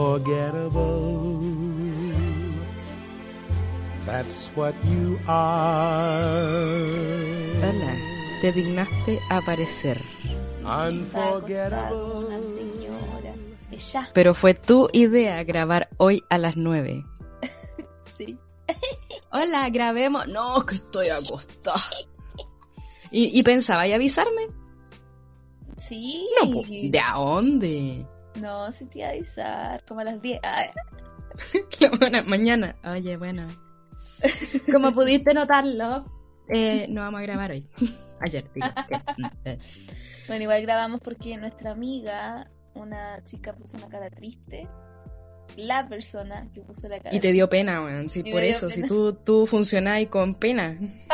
unforgettable. That's what you are. Hola, te dignaste aparecer. Unforgettable. Una señora. Ella. Pero fue tu idea grabar hoy a las 9. Sí. Hola, grabemos. No, que estoy acostada. ¿Y pensaba y avisarme? Sí. No, po, ¿de a dónde? No, sí te iba a avisar. Como a las 10. Ah, Bueno, mañana. Oye, bueno. Como pudiste notarlo, no vamos a grabar hoy. Ayer, digo. Bueno, igual grabamos porque nuestra amiga, una chica, puso una cara triste. La persona que puso la cara Y te dio pena, weón. Sí, Y por me dio eso. pena. Si tú funcionáis con pena.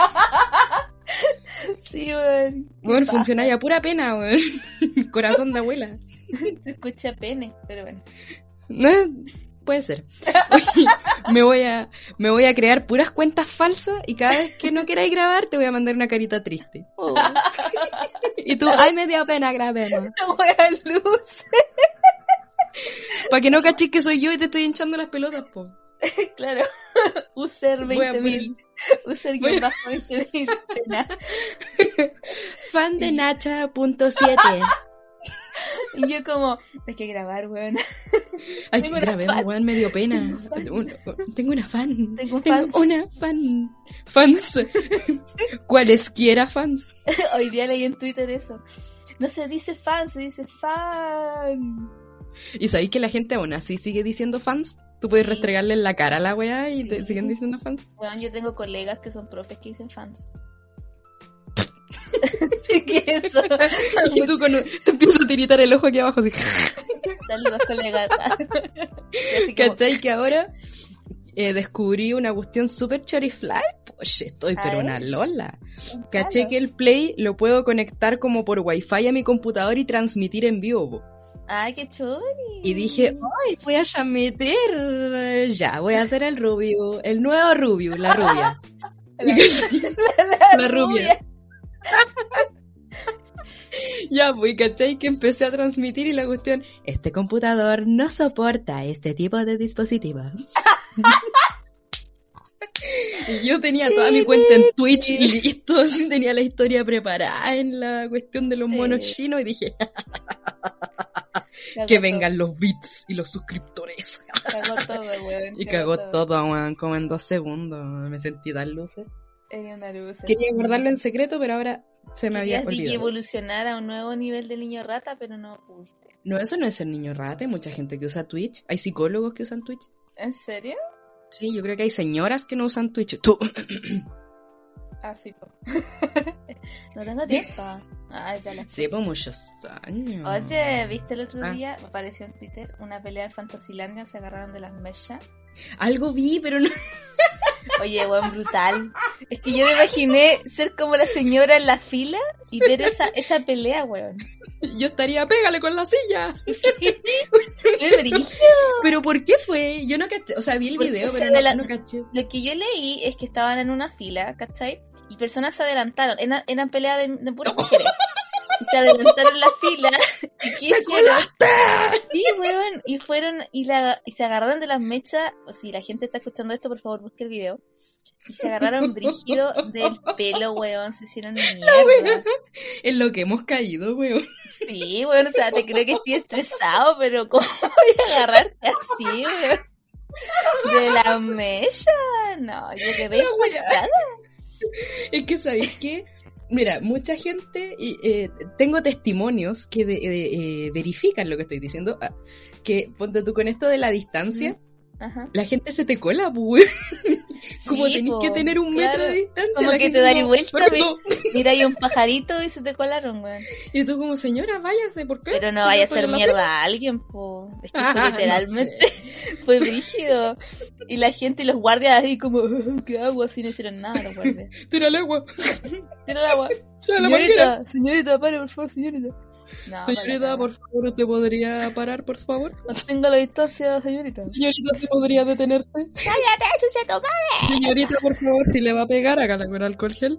Sí, weón. Bueno, funcionáis a pura pena, weón. Corazón de abuela. Se escucha pene, pero bueno. No, puede ser. Oye, me voy a crear puras cuentas falsas y cada vez que no queráis grabar te voy a mandar una carita triste. Oh. Y tú, ay, me dio pena, grabemos. No voy a luz. Para que no cachis que soy yo y te estoy hinchando las pelotas, po. Claro. User Voy a 20.000. User voy a- bajo 20.000. Pena. Fan de Nacha.7. Y yo como, hay que grabar, weón. Ay, Tengo que una grabemos, fan. weón, me dio pena. Tengo una fan. Tengo un fans. una fan. Fans. Cualesquiera fans. Hoy día leí en Twitter eso. No se dice fan, se dice fan. ¿Y sabéis que la gente aún así sigue diciendo fans? Tú puedes Sí. restregarle en la cara a la weá y te Sí. siguen diciendo fans. Bueno, yo tengo colegas que son profes que dicen fans. Así que eso. Y tú te empiezas a tiritar el ojo aquí abajo así. Saludos, colegas. Así como, ¿Cachai? Que ahora descubrí una cuestión súper chorifly. Pues estoy pero A una ver. lola. ¿Cachai? Que el Play lo puedo conectar como por Wi-Fi a mi computador y transmitir en vivo, po. ay, qué chori. Y dije, ay, voy a ya meter. Ya, voy a hacer el Rubio. El nuevo Rubio, la rubia. La rubia. Ya, pues, ¿cachai? Que empecé a transmitir y la cuestión, este computador no soporta este tipo de dispositivo. Y yo tenía toda mi cuenta en Twitch y listo, así tenía la historia preparada en la cuestión de los monos chinos y dije, que vengan los bits y los suscriptores. Cagó todo, weón. Y cagó todo, weón, como en 2 segundos. Me sentí tan luce. Era una luz. Quería guardarlo en secreto, pero ahora se me había Querías olvidado. evolucionar a un nuevo nivel de niño rata, pero no pudiste. No, eso no es el niño rata, hay mucha gente que usa Twitch. Hay psicólogos que usan Twitch. ¿En serio? Sí, yo creo que hay señoras que no usan Twitch. Tú. Ah, sí, po. No tengo tiempo. Ah, ya la Sí, por muchos años. Oye, ¿viste el otro Ah. día? Apareció en Twitter una pelea en Fantasilandia, se agarraron de las mechas. Algo vi, pero no. Oye, weón, brutal. Es que yo me imaginé ser como la señora en la fila y ver esa pelea, weón. Yo estaría, pégale con la silla. ¡Qué brillo! ¿Pero por qué fue? Yo no caché. O sea, vi el Porque video, se pero adela- no caché. Lo que yo leí es que estaban en una fila, ¿cachai? Y personas se adelantaron. Eran peleas de puras mujeres. Y se adelantaron la fila. ¿Y qué hicieron? Sí, weón. Y fueron y se agarraron de las mechas. O si la gente está escuchando esto, por favor, busque el video. Y se agarraron brígido del pelo, weón. Se hicieron mierda. En lo que hemos caído, weón. Sí, weón. O sea, te creo que estoy estresado, pero ¿cómo voy a agarrarte así, weón? De la mecha. No, yo quedé impactada. Es que, ¿sabéis qué? Mira, mucha gente, tengo testimonios que verifican lo que estoy diciendo, que ponte tú con esto de la distancia, Ajá. la gente se te cola, pues. Como Sí, tenés po, que tener 1 metro claro. de distancia. Como la que gente te das como, vuelta, "Permiso". Mira, hay un pajarito y se te colaron, weón. Y tú como, señora, váyase, ¿por qué? Pero no Si vaya yo a estoy hacer en la mierda a alguien, po. Es que Ah, fue no literalmente, fue brígido. Y la gente y los guardias así como, ¿qué hago? Así no hicieron nada los guardias. fila. Tira el agua. Tira el agua. Tira la manguera. Señorita, pare, por favor, señorita. No, Señorita, por favor, ¿usted podría parar, por favor? mantenga la distancia, señorita. Señorita, ¿se podría detenerse? ¡Cállate, chucha, madre! Señorita, por favor, si le va a pegar, hágala con alcohol gel.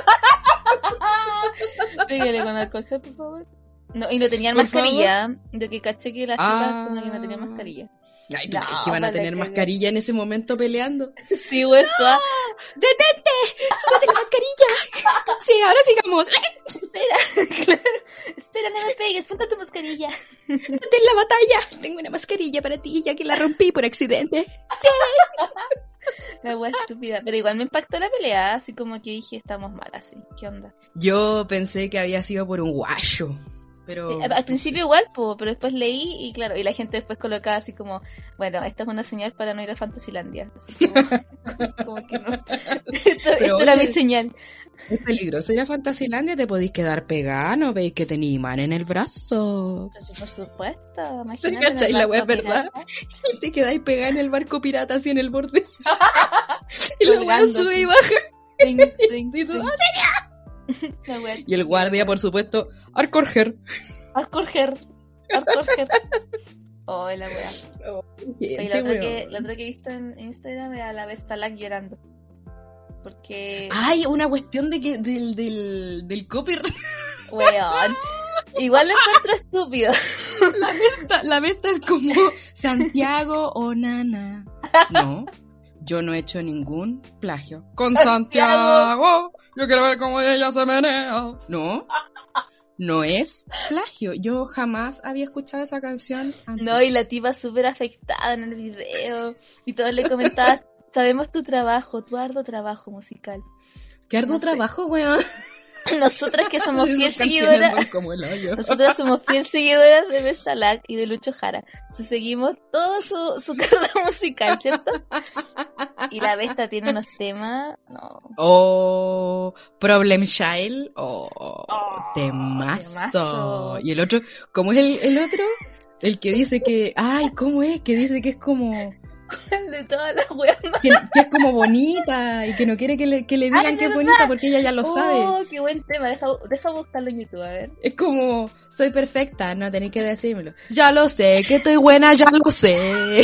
Pégale con alcohol gel, por favor. No, y no tenían Por mascarilla. Lo que caché que las Ah. chicas como que no tenían mascarilla. Ay, ¿tú crees que van a tener mascarilla en ese momento peleando? Sí, güey, ¡Detente! ¡Súbete la mascarilla! Sí, ahora sigamos. Espera, claro. Espera, no me pegues, ponte tu mascarilla. ¡Detén la batalla! Tengo una mascarilla para ti, ya que la rompí por accidente. ¡Sí! La wea estúpida. Pero igual me impactó la pelea, así como que dije, estamos mal, así. ¿Qué onda? Yo pensé que había sido por un guayo. Pero Al principio igual, pero después leí y claro, y la gente después colocaba así como, bueno, esta es una señal para no ir a Fantasylandia. Así como que no. Esto era mi señal. Es peligroso ir a Fantasylandia, te podéis quedar pegada, no veis que tenéis imán en el brazo. Pero sí, por supuesto, ¿Te imagínate. cachai? La wea es verdad. Y te quedáis pegada en el barco pirata así en el borde. Y la wea sube y baja. Sing, sing, Y tú, sing. ¡oh, La wea. y el guardia, por supuesto, Arcorger. Arcorger. Oh, la wea. Y lo otro que he visto en Instagram era la Vestalag llorando. Porque... Ay, una cuestión de que del copyright. Weón. Igual lo encuentro estúpido. La Vesta es como Santiago o Nana. No, yo no he hecho ningún plagio. Con Santiago, yo quiero ver cómo ella se menea. No es plagio. Yo jamás había escuchado esa canción antes. No, y la tipa súper afectada en el video. Y todos le comentaban, sabemos tu trabajo, tu arduo trabajo musical. ¿Qué arduo trabajo, weón? Nosotras que somos fiel Esas canciones seguidoras, van como el hoyo. nosotras somos fiel seguidoras de Vestalag y de Lucho Jara. Seguimos toda su carrera musical, ¿cierto? Y la Vesta tiene unos temas, no. Oh, Problem Child. Oh, temazo. temazo. Y el otro, ¿cómo es el otro? El que dice que, ay, ¿cómo es? Que dice que es como... De todas las weas más. Que es como bonita y que no quiere que le digan que es bonita porque ella ya lo sabe. Oh, qué buen tema. Deja buscarlo en YouTube, a ver. Es como, soy perfecta, no tenéis que decírmelo. Ya lo sé, que estoy buena, ya lo sé.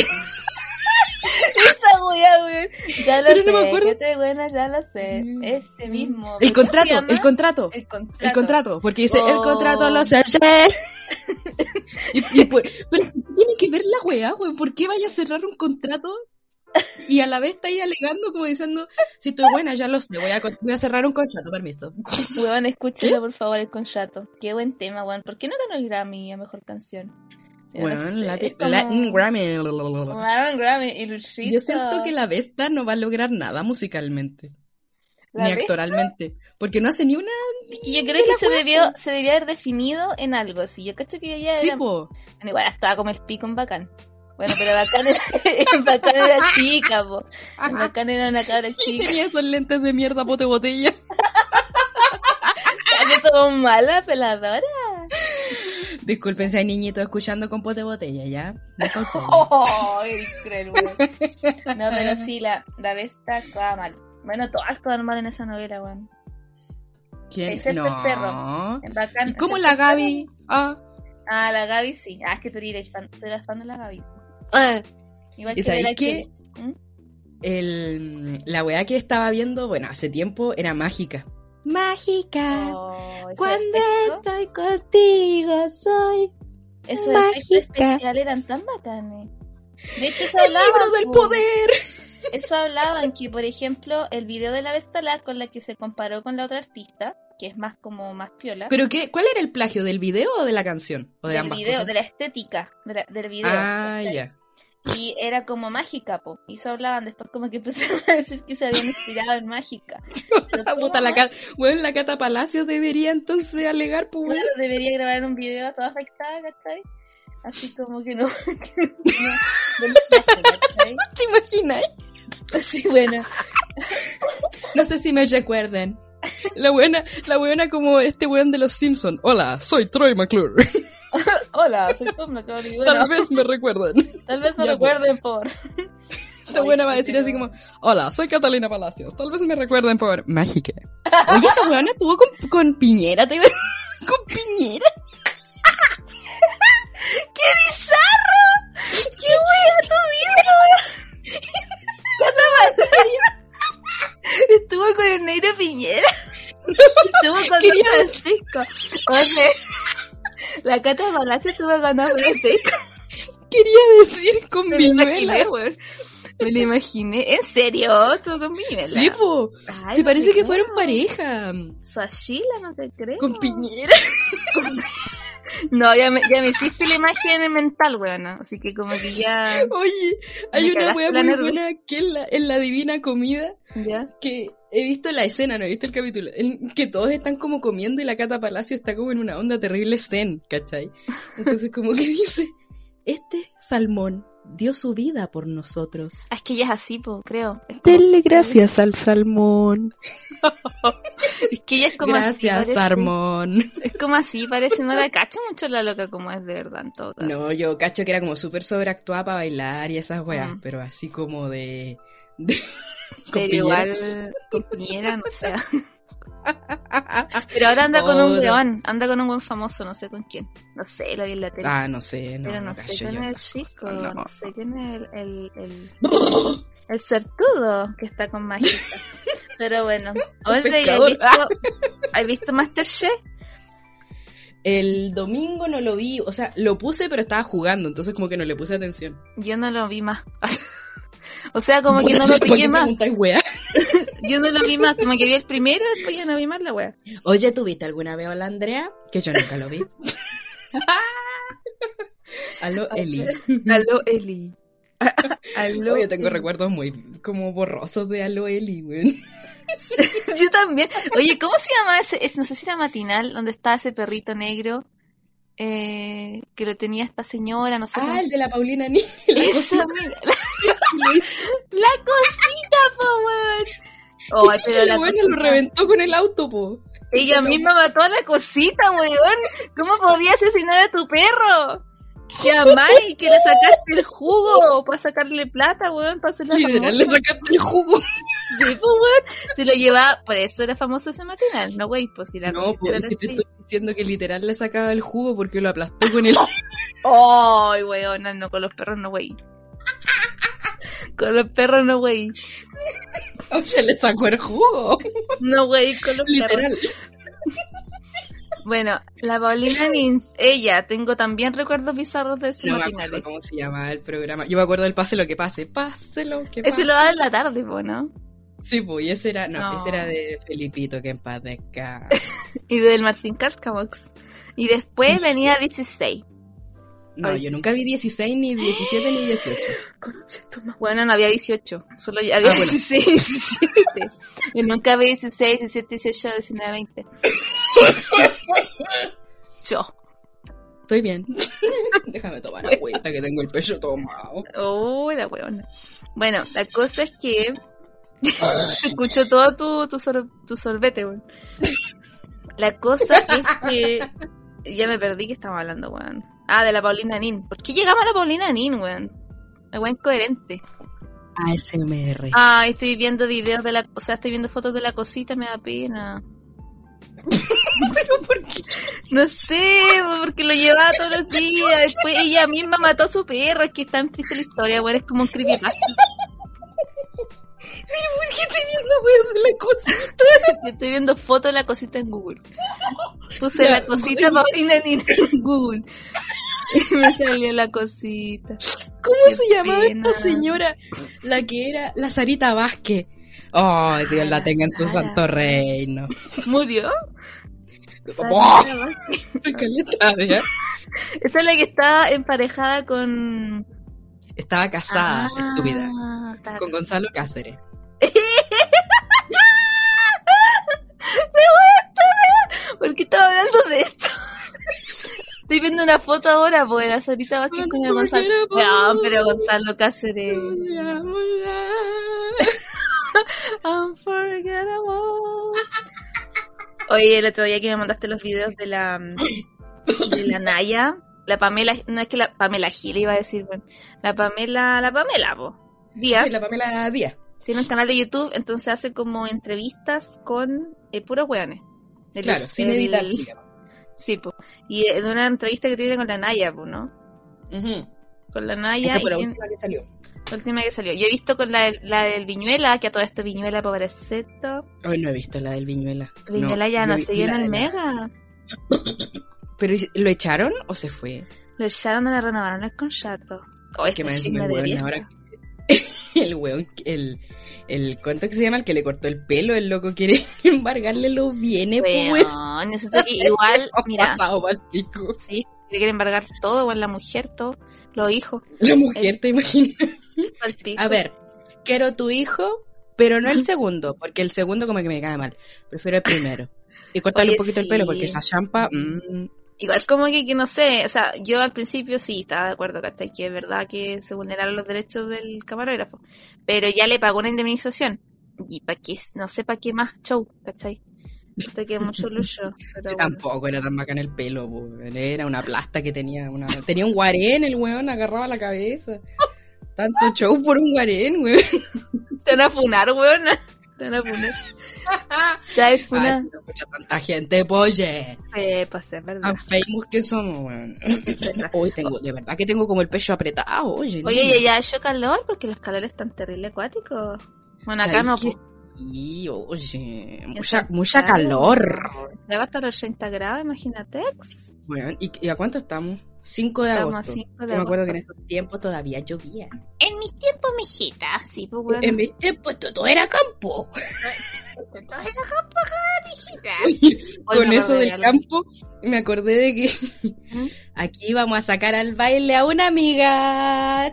Esa wea, weón. Ya lo Pero sé, no me acuerdo. que estoy buena, ya lo sé. Ese mismo. El ¿Cómo se llama? contrato. El contrato. Porque dice, el Oh. contrato lo cerré. Pero tiene que ver la wea, weón. ¿Por qué vaya a cerrar un contrato? Y a la vez está ahí alegando como diciendo, si estoy buena, ya lo sé, voy a cerrar un contrato, permiso. Weón, escúchelo por favor, el contrato. Qué buen tema, weón. ¿Por qué no ganó el Grammy a mejor canción? Yo no Weón, sé, es como- Latin Grammy. Ganaron Grammy y Luchito. Yo siento que la Vesta no va a lograr nada musicalmente. ¿La Ni Vesta? actualmente. Porque no hace ni una... Es que yo creo que se debió haber definido en algo. Si yo cacho que ella Sí, era... po. Bueno, igual actuaba como el pico en Bacán. Bueno, pero Bacán era, Bacán era chica, po. En Bacán era una cabra chica. Tenía esos lentes de mierda pote botella. ¿Que somos malas, peladoras? Disculpen si hay niñitos escuchando con pote botella, ¿ya? No cautela. ¡Oh! ¡Qué cruel, weón! No, pero sí, la Vesta actuaba mal. Bueno, todas actuaban mal en esa novela, weón. ¿Quién? Excepto el perro. No. En Bacán, ¿Y cómo excepto la el perro. Gaby? Ah, la Gaby sí. Ah, es que tú eras fan de la Gaby. Igual ¿Y que de la sabéis qué? ¿Mm? La weá que estaba viendo, bueno, hace tiempo era mágica. Mágica. Oh, esos Cuando efectos- estoy contigo soy esos efectos mágica. especiales eran tan bacanes. De hecho, eso el hablaban, libro del po. poder. Eso hablaban que, por ejemplo, el video de la Vestalag con la que se comparó con la otra artista, que es más como más piola. ¿Pero qué? ¿Cuál era el plagio? ¿Del video o de la canción? ¿O de del ambas video, cosas? de la estética del video. Ah, ¿cachai? ya. Y era como mágica, po. Y eso hablaban después como que empezaron a decir que se habían inspirado en mágica. Pero La puta, la Cata Palacios debería entonces alegar, pues, claro, debería grabar un video toda afectada, ¿cachai? Así como que no, del plagio, ¿cachai? ¿te imaginas? Así, bueno. No sé si me recuerden. La buena como este weón de los Simpsons. Hola, soy Troy McClure. Hola, soy Tom McCoy. Bueno, Tal vez me recuerden. tal vez me Ya, recuerden por... Esta buena va a decir así como, hola, soy Catalina Palacios. Tal vez me recuerden por Mágica. Oye, esa weona estuvo con Piñera, con Piñera. ¡Qué bizarro! ¡Qué wea tu vida! Estuvo con el negro Piñera. Estuvo con Don Francisco. Oye, la Cata de Palacio estuvo con Don Francisco. quería decir con Me lo imaginé, viñuela. weón. Me lo imaginé. ¿En serio? ¿Tú con viñuela? Sí, po. Ay, Sí, no parece te que creo. fueron pareja. Sashila, no te creo. Con Piñera. No, ya me hiciste la imagen mental, weón. Así que como que ya... Oye, hay Me una cagaste wea la muy nervio. buena que en la Divina Comida, ¿Ya? que he visto la escena, no he visto el capítulo, en que todos están como comiendo y la Cata Palacio está como en una onda terrible zen, ¿cachai? Entonces como que dice, este salmón dio su vida por nosotros. Ah, es que ella es así, po, creo. Es como Denle así. gracias al salmón. Es que ella es como Gracias, así, parece. salmón. Es como así, parece. No la cacho mucho la loca como es de verdad, en todo caso. No, yo cacho que era como súper sobreactuada para bailar y esas weas, Mm. pero así como de con Pero Piñera. igual, con Piñera, no sé. Pero ahora anda con un Joder. weón, anda con un buen famoso, no sé con quién. No sé, lo vi en la tele. Ah, no sé, no, pero no no sé cacho quién yo es el esas chico, cosas, no sé quién es el suertudo que está con Mágica. Pero bueno, oye, pescador. ¿has visto Masterchef? El domingo no lo vi, o sea, lo puse pero estaba jugando, entonces como que no le puse atención. Yo no lo vi más. O sea, como que Puta, no lo ¿por pillé qué más. preguntáis, wea? Yo no lo vi más, como que vi el primero y después ya no vi más la wea. Oye, ¿tú viste alguna vez a la Andrea? Que yo nunca lo vi. Aló, Eli. Aló, Eli. Aló. Oye, tengo Eli. recuerdos muy como borrosos de Aló, Eli, weón. Yo también. Oye, ¿cómo se llama ese? No sé si era Matinal, donde estaba ese perrito negro que lo tenía esta señora, no sé. Ah, cómo el de la Paulina Ni. La Esa, cosita. mira, la cosita, po, weón. Ay, pero la bueno, cosita. lo reventó con el auto, po. Ella misma mató a la cosita, weón. ¿Cómo podía asesinar a tu perro? Que amáis, que le sacaste el jugo para sacarle plata, weón, para hacerla Literal, le famosa. sacaste el jugo. Sí, pues, weón. Se lo llevaba, por eso era famoso ese Matinal, no, güey, pues si la No, cosita pues era es que te estrella. estoy diciendo que literal le sacaba el jugo porque lo aplastó con el... Ay, weón, no, con los perros no, güey. Con los perros no, güey. Oye, le sacó el jugo. No, güey, con los perros. Literal. Bueno, la Paulina Nins, ella, tengo también recuerdos bizarros de ese No me matinal. acuerdo cómo se llama el programa. Yo me acuerdo del Pase lo que pase. Pase lo que pase. Ese lo daba en la tarde, po, ¿no? Sí, pues, y ese era... No, No. ese era de Felipito, que en paz descanse. Y del Martín Carcabox. Y después venía 16. No, Ay, yo sí. nunca vi 16, ni 17, ni 18. Bueno, no había 18, solo había Ah, bueno. 16, 17. Yo nunca vi 16, 17, 18, 19, 20. Yo. Estoy bien. Déjame tomar agüita que tengo el pecho tomado. La huevona. Bueno, la cosa es que escucho todo tu sorbete, weón. La cosa es que ya me perdí que estamos hablando, weón. Ah, de la Paulina Nin. ¿Por qué llegamos a la Paulina Nin, weón? La weón coherente. ASMR. Ay, estoy viendo videos de o sea, estoy viendo fotos de la cosita, me da pena. ¿Pero por qué? No sé, porque lo llevaba todos los días. Después ella misma mató a su perro. Es que es tan triste la historia, weón. Es como un creepypasta. ¿Pero por qué estoy viendo weón de la cosita? Estoy viendo fotos de la cosita en Google. Puse Ya, la cosita Paulina Nin en Google. Y me salió la cosita. ¿Cómo Qué se llamaba pena. esta señora? La que era la Sarita Vázquez. Ay, Dios la la tenga en su Sara. santo reino. ¿Murió? ¡Oh! Sara Vázquez. Estoy caleta, ¿ya? Esa es la que está emparejada con... Estaba casada, estúpida. estaba Con Gonzalo Cáceres. ¿Por qué estaba hablando de esto? Estoy viendo una foto ahora, pues, de la Sarita Vázquez con el Gonzalo. No, pero Gonzalo Cáceres. Unforgettable. Oye, el otro día que me mandaste los videos de la Naya, la Pamela, no es que la Pamela Gil iba a decir, bueno, la Pamela, po, Díaz. Sí, la Pamela Díaz. Tiene un canal de YouTube, entonces hace como entrevistas con puros hueones. Claro, sin editar, se llama. Sí, pues. Y en una entrevista que tiene con la Naya, pues, ¿no? Ujú. Con la Naya. Esa fue la y última que salió. la última que salió. Yo he visto con la del Viñuela, que a todo esto Viñuela, pobrecito. Hoy no he visto la del Viñuela. Viñuela ya no yo vi sigue en la el de la- Mega. ¿Pero lo echaron o se fue? Lo echaron de la renovaron el contrato. Que me encima el weón ahora. El weón, el ¿cuánto que se llama? El que le cortó el pelo, el loco quiere embargarle los bienes, pues weón. Nosotros igual, mira. Pasado pa'l pico. Sí, le quiere embargar todo, weón, la mujer, todo, los hijos. La mujer, te imaginas. A ver, quiero tu hijo, pero no el segundo, porque el segundo como que me cae mal. Prefiero el primero. Y cortarle un poquito el pelo, porque esa champa... Igual como que no sé, o sea, yo al principio sí estaba de acuerdo, ¿cachai? Que es verdad que se vulneraron los derechos del camarógrafo, pero ya le pagó una indemnización. Y para qué, no sé para qué más show, ¿cachai? Hasta que mucho lucho. Pero tampoco era tan bacán el pelo, pues. Era una plasta que tenía un guarén, el weón agarraba la cabeza. Tanto show por un guarén, weón. Te van a funar, weón. Te van a funar. Ya es funar. Ay, no escucha tanta gente, polle. Pues es verdad. Tan famous que somos, weón. Hoy de verdad que tengo como el pecho apretado, oye. Oye, ya ha hecho calor porque los calores están terrible acuáticos. Bueno, acá no. Sí, oye, mucha calor. Ya va a estar a 80 grados, imagínate. Bueno, ¿y a cuánto estamos? 5 de agosto. 5 de agosto. Me acuerdo que en estos tiempos todavía llovía. En mis tiempos, mijita, sí, pues bueno. En mis tiempos todo era campo. Todo era campo acá, mijita. Con eso del campo, me acordé de que aquí vamos a sacar al baile a una amiga.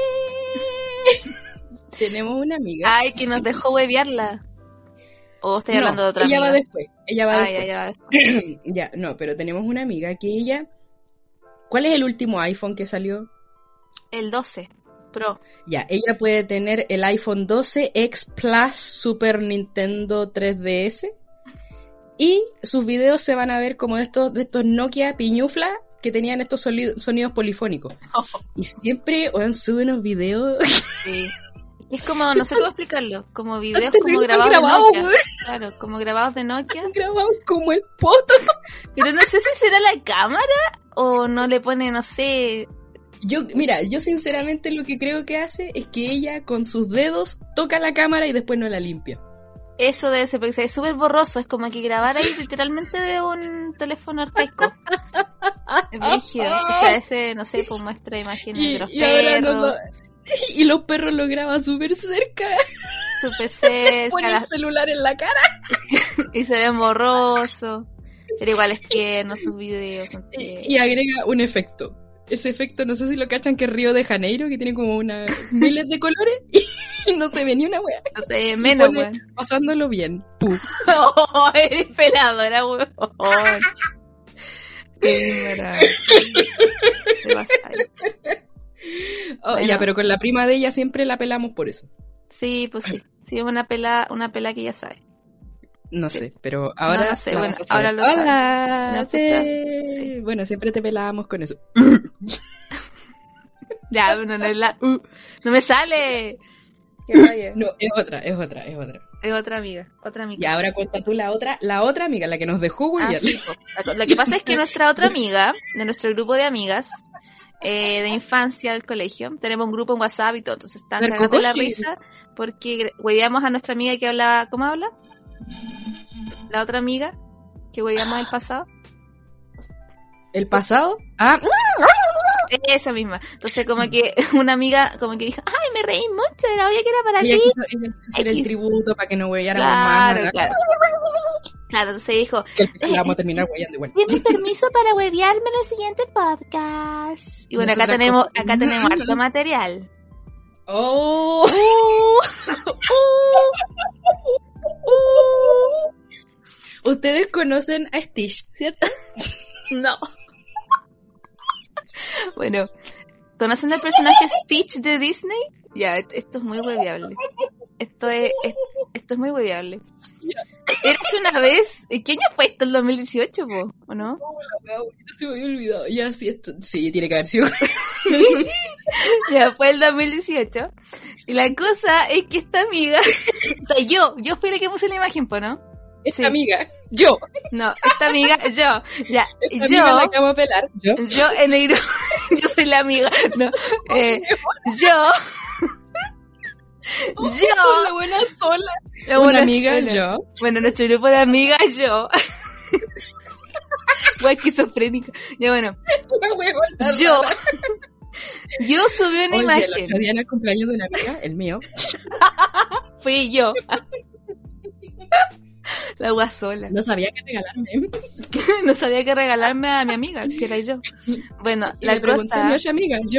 ¡Sí! Tenemos una amiga. Ay, que nos dejó huevearla. ¿O estoy hablando de otra ella amiga? Va después. Ella va después. Ya va después. Ya, no, pero tenemos una amiga que ella... ¿Cuál es el último iPhone que salió? El 12 Pro. Ya, ella puede tener el iPhone 12 X Plus Super Nintendo 3DS y sus videos se van a ver como de estos Nokia piñufla que tenían estos sonidos polifónicos. Y siempre sube unos videos. Sí. Es como, no sé cómo explicarlo, como videos como grabados de Nokia. Güey. Claro, como grabados de Nokia. Grabados como el poto. Pero no sé si será la cámara o no le pone, no sé... Yo sinceramente lo que creo que hace es que ella con sus dedos toca la cámara y después no la limpia. Eso debe ser, porque es súper borroso, es como que grabara ahí literalmente de un teléfono arcaico. Es brígido. O sea, ese, no sé, pues muestra imágenes de los perros. Y los perros lo graban súper cerca. Súper cerca. Pone el celular en la cara. Y se ven borrosos. Pero igual es que no sus videos. Y agrega un efecto. Ese efecto, no sé si lo cachan, que es Río de Janeiro, que tiene como miles de colores y no se ve ni una wea. No sé, menos, wea. Pasándolo bien. Oh, eres peladora, weón. Qué ¿Qué pasa ahí? Bueno. Ya, pero con la prima de ella siempre la pelamos por eso. Sí, pues sí. Sí, es una pela que ya sabe. No sé, pero ahora no sé, bueno, ahora lo sabe. Hola, sí. Bueno, siempre te pelábamos con eso. Ya, no es la... no me sale. ¿Qué vaya? No, es otra. Es otra amiga. Y ahora cuenta tú la otra amiga, la que nos dejó huevear. Sí, lo que pasa es que nuestra otra amiga, de nuestro grupo de amigas, de infancia del colegio, tenemos un grupo en WhatsApp y todo, entonces están cagando la risa porque hueveamos a nuestra amiga que hablaba, ¿cómo habla? La otra amiga que hueveamos el pasado. ¿El pasado? Esa misma. Entonces como que una amiga como que dijo, ay, me reí mucho, era obvio que era para ti. Ella quiso hacer el tributo para que no hueveáramos más. Claro, entonces dijo, que la vamos a terminar hueveando igual. ¿Tienes permiso para huevearme en el siguiente podcast? Y bueno, acá tenemos harto material. Ustedes conocen a Stitch, ¿cierto? No. Bueno, ¿conocen el personaje Stitch de Disney? Ya, esto es muy hueveable. Esto es muy hueveable. Eres una vez... ¿Qué año fue esto? ¿El 2018, po? ¿O no? Se me había olvidado. Ya, sí, sí, tiene que haber sido. Ya, fue el 2018. Y la cosa es que esta amiga... O sea, yo fui la que puse la imagen, po, ¿no? Esta amiga, yo. No, esta amiga, yo. Ya, esta amiga la que vamos a pelar, yo. Yo en el grupo... Yo soy la amiga. No, yo... La buena sola. La buena amiga, sola. yo. Bueno, nuestro grupo de amigas, yo. Guay, esquizofrénica. Ya bueno, La huevona Yo. rara. Yo subí una Oye, imagen. el otro día en el cumpleaños de una amiga, el mío, Fui yo. La guasola. no sabía qué regalarme. No sabía qué regalarme a mi amiga, que era yo. Bueno, Y la le pregunté a cosa... mi otra amiga, yo.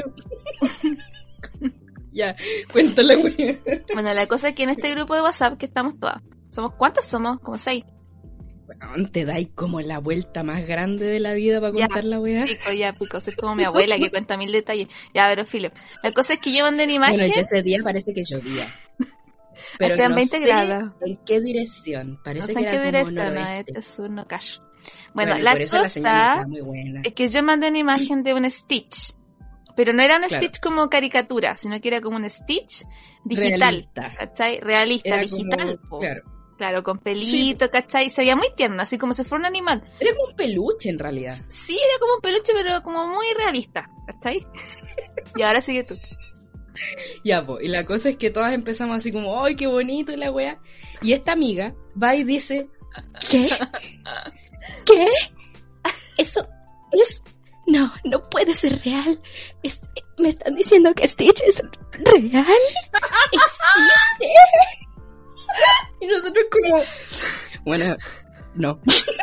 Ya, cuéntale, güey. Bueno, la cosa es que en este grupo de WhatsApp que estamos todas. ¿Cuántas somos? Como 6. Bueno, te dais como la vuelta más grande de la vida para Ya, contar la weá. Pico, soy como mi abuela que cuenta 1000 detalles. Ya, pero filo. La cosa es que yo mandé una imagen. Bueno, ya ese día parece que llovía. Pero Hacían no 20 sé grados. en qué dirección. No Parece sé que en qué era como dirección, no, noroeste. este sur, no cacho. Bueno, y la por eso la señal cosa está muy buena. es que yo mandé una imagen de un Stitch. Pero no era un Claro. Stitch como caricatura, sino que era como un Stitch digital. Realista. ¿Cachai? Realista, Era digital. como, Po. claro, Claro, con pelito, ¿cachai? Se veía muy tierno, así como si fuera un animal. era como un peluche en realidad. Sí, era como un peluche, pero como muy realista, ¿cachai? Y ahora sigue tú. Ya, pues, y la cosa es que todas empezamos así como, ¡ay, qué bonito! Y la wea. Y esta amiga va y dice, ¿qué? ¿Qué? Eso es... No, no puede ser real. Me están diciendo que Stitch es real. ¿Existe? Y nosotros como... Bueno, no.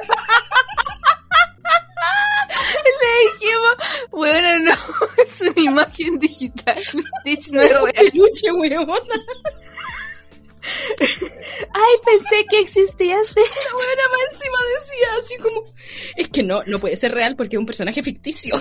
Le dijimos, bueno, no, es una imagen digital. Stitch no es Era un real. peluche, weona. Ay, pensé que existía así. La weona más encima decía así como... Es que no puede ser real porque es un personaje ficticio.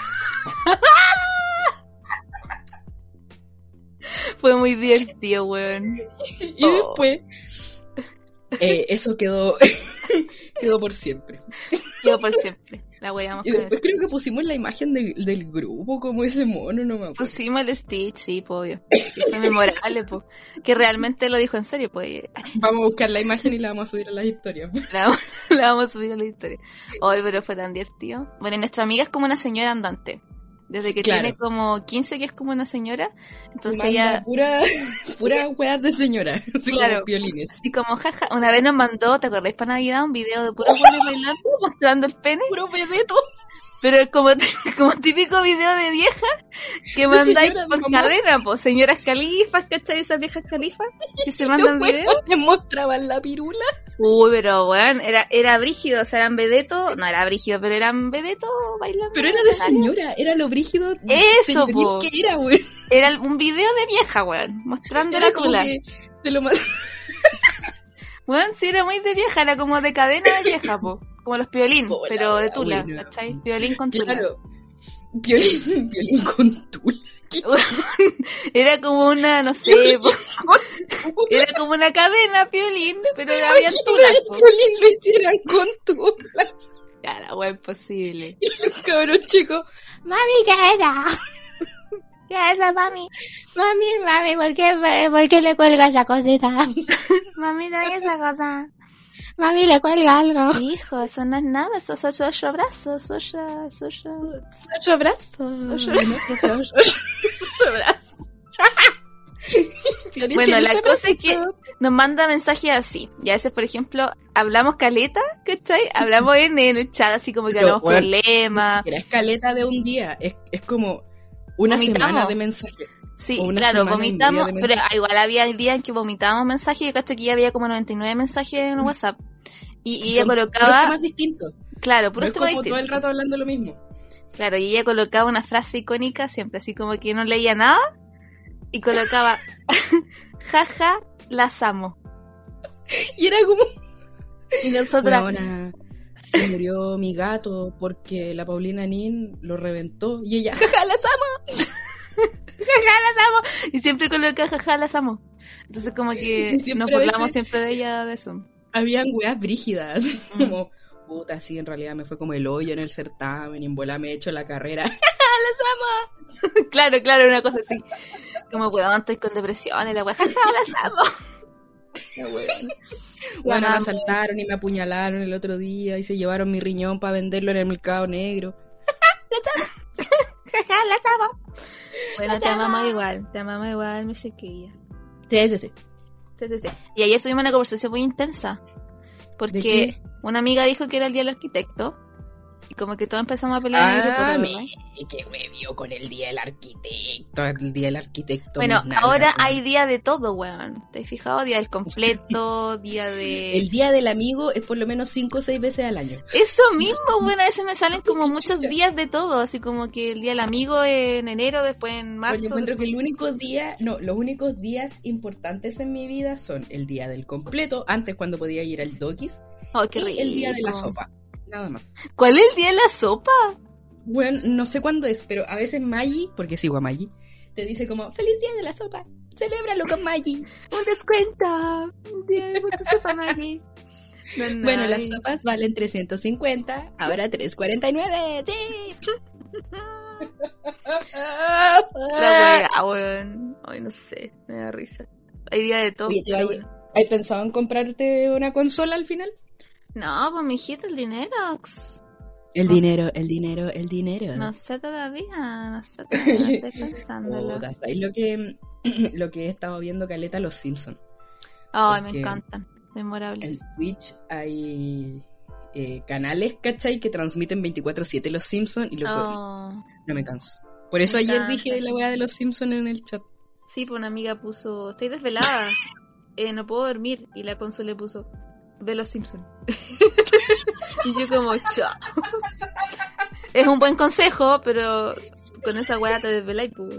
Fue muy divertido, weón. Y después... eso quedó... quedó por siempre. Yo por siempre. La weamos Y con después eso. creo que pusimos la imagen del grupo como ese mono, no me acuerdo. Pusimos el Stitch, sí, pues obvio. Que fue memorable, pues. Que realmente lo dijo en serio, pues. Vamos a buscar la imagen y la vamos a subir a las historias. La vamos a subir a la historia. Hoy, pero fue tan divertido. Bueno, y nuestra amiga es como una señora andante. Desde que Claro. tiene como 15 que es como una señora. Entonces Manda ella, pura weas de señora, así Claro. como violines. así como jaja, una vez nos mandó, ¿te acordás para Navidad? Un video de puros buenos bailando, mostrando el pene. Puro vedeto. Pero es como típico video de vieja que mandáis señora, de por mamá. cadena, pues. Señoras califas, ¿cachai? Esas viejas califas que se mandan Los videos. weones mostraban la pirula. Uy, pero weón, era brígido, o sea, eran vedetos, no era brígido, pero eran vedetos bailando. Pero en era el de escenario. señora, era lo brígido. Eso, señoril po. que era, weón. Era un video de vieja, weón, mostrando Era la como tula. que se lo mandó. Weón, sí, era muy de vieja, era como de cadena de vieja, po. Como los piolín, Hola, pero de wea, tula, buena. ¿cachai? Piolín con tula. Claro. Violín con tula. Era como una, no sé, po, era como una cadena, piolín, pero había tula, po. Violín lo hicieran con tula. Ya, la wea imposible. Y los cabros chicos. Mami, ¿qué es eso? ¿Qué es la mami? Mami, ¿por qué le cuelgas la cosita? Mami, dame esa cosa. Mami, le cuelga algo. Hijo, eso no es nada, eso es ocho brazos, ocho brazos. brazos. Bueno, la cosa es que nos manda mensajes así. Y a veces, por ejemplo, hablamos caleta, ¿cachai? Hablamos en el chat, así como que Pero, hablamos bueno, problemas. Era escaleta de un día. Es como una Vomitamos. semana de mensajes. Sí, o una claro, semana y vomitamos, media de pero mensajes. igual había días en que vomitábamos mensajes. Yo caché que ya había como 99 mensajes en WhatsApp. Y ella Son puros colocaba, temas distintos. claro, No puros es temas como todo el distintos. rato hablando lo mismo. Claro, y ella colocaba una frase icónica siempre, así como que no leía nada. Y colocaba, jaja, las amo. Y era como... Y nosotras, Weona, se murió mi gato porque la Paulina Nin lo reventó. Y ella, jaja, las amo. jaja, las amo. Y siempre coloca, jaja, las amo. Entonces como que Y siempre nos a burlamos veces- siempre de ella de eso. Habían weas brígidas. Como, puta, sí, en realidad me fue como el hoyo en el certamen. Y en bola me he hecho la carrera. ¡Las amo! Claro, una cosa así. Como, weón, estoy con depresión y la weá, jaja, las amo. Bueno, me amo. asaltaron y me apuñalaron el otro día. Y se llevaron mi riñón para venderlo en el mercado negro. Jaja, las amo. Bueno, te amamos igual, mi chiquilla. Sí. Sí. Y ayer tuvimos una conversación muy intensa. ¿De Porque qué? una amiga dijo que era el día del arquitecto. Y como que todos empezamos a pelear en el grupo, ¿verdad? Que huevió con el día del arquitecto. El día del arquitecto. Bueno, nada, ahora weón. hay día de todo, weón. ¿Te has fijado? Día del completo, día de... El día del amigo es por lo menos 5 o 6 veces al año. Eso mismo, bueno, a veces me salen como muchos Chucha. días de todo, así como que el día del amigo en enero, después en Pues marzo. yo encuentro que los únicos días importantes en mi vida son el día del completo, antes cuando podía ir al Dokis, Oh, qué y rico. el día de la sopa. Nada más. ¿Cuál es el día de la sopa? Bueno, no sé cuándo es, pero a veces Maggie, porque sigo a Maggie, te dice como, ¡Feliz día de la sopa! ¡Celébralo con Maggie! Un descuento. Un día de la sopa, Maggie. No, Bueno, ay. las sopas valen 350, ahora 349. ¡Sí! La wea, weón. Ay, no sé, me da risa. Hay día de todo. Oye, pero bueno. ¿Has pensado en comprarte una consola al final? No, pues mijito, el dinero. El No sé. dinero, el dinero, el dinero. No sé todavía, estoy pensándolo. Puta, ¿sabes lo que he estado viendo caleta? Los Simpsons. Ay, porque me encantan, memorables. En Twitch hay canales, ¿cachai? Que transmiten 24/7 los Simpsons y loco, Oh. no me canso. Por eso Me ayer encanta. dije de la weá de los Simpsons en el chat. Sí, pues una amiga puso, estoy desvelada, no puedo dormir. Y la consola le puso, ve los Simpsons. Y yo como, chao. Es un buen consejo, pero con esa weá te desveláis, pues.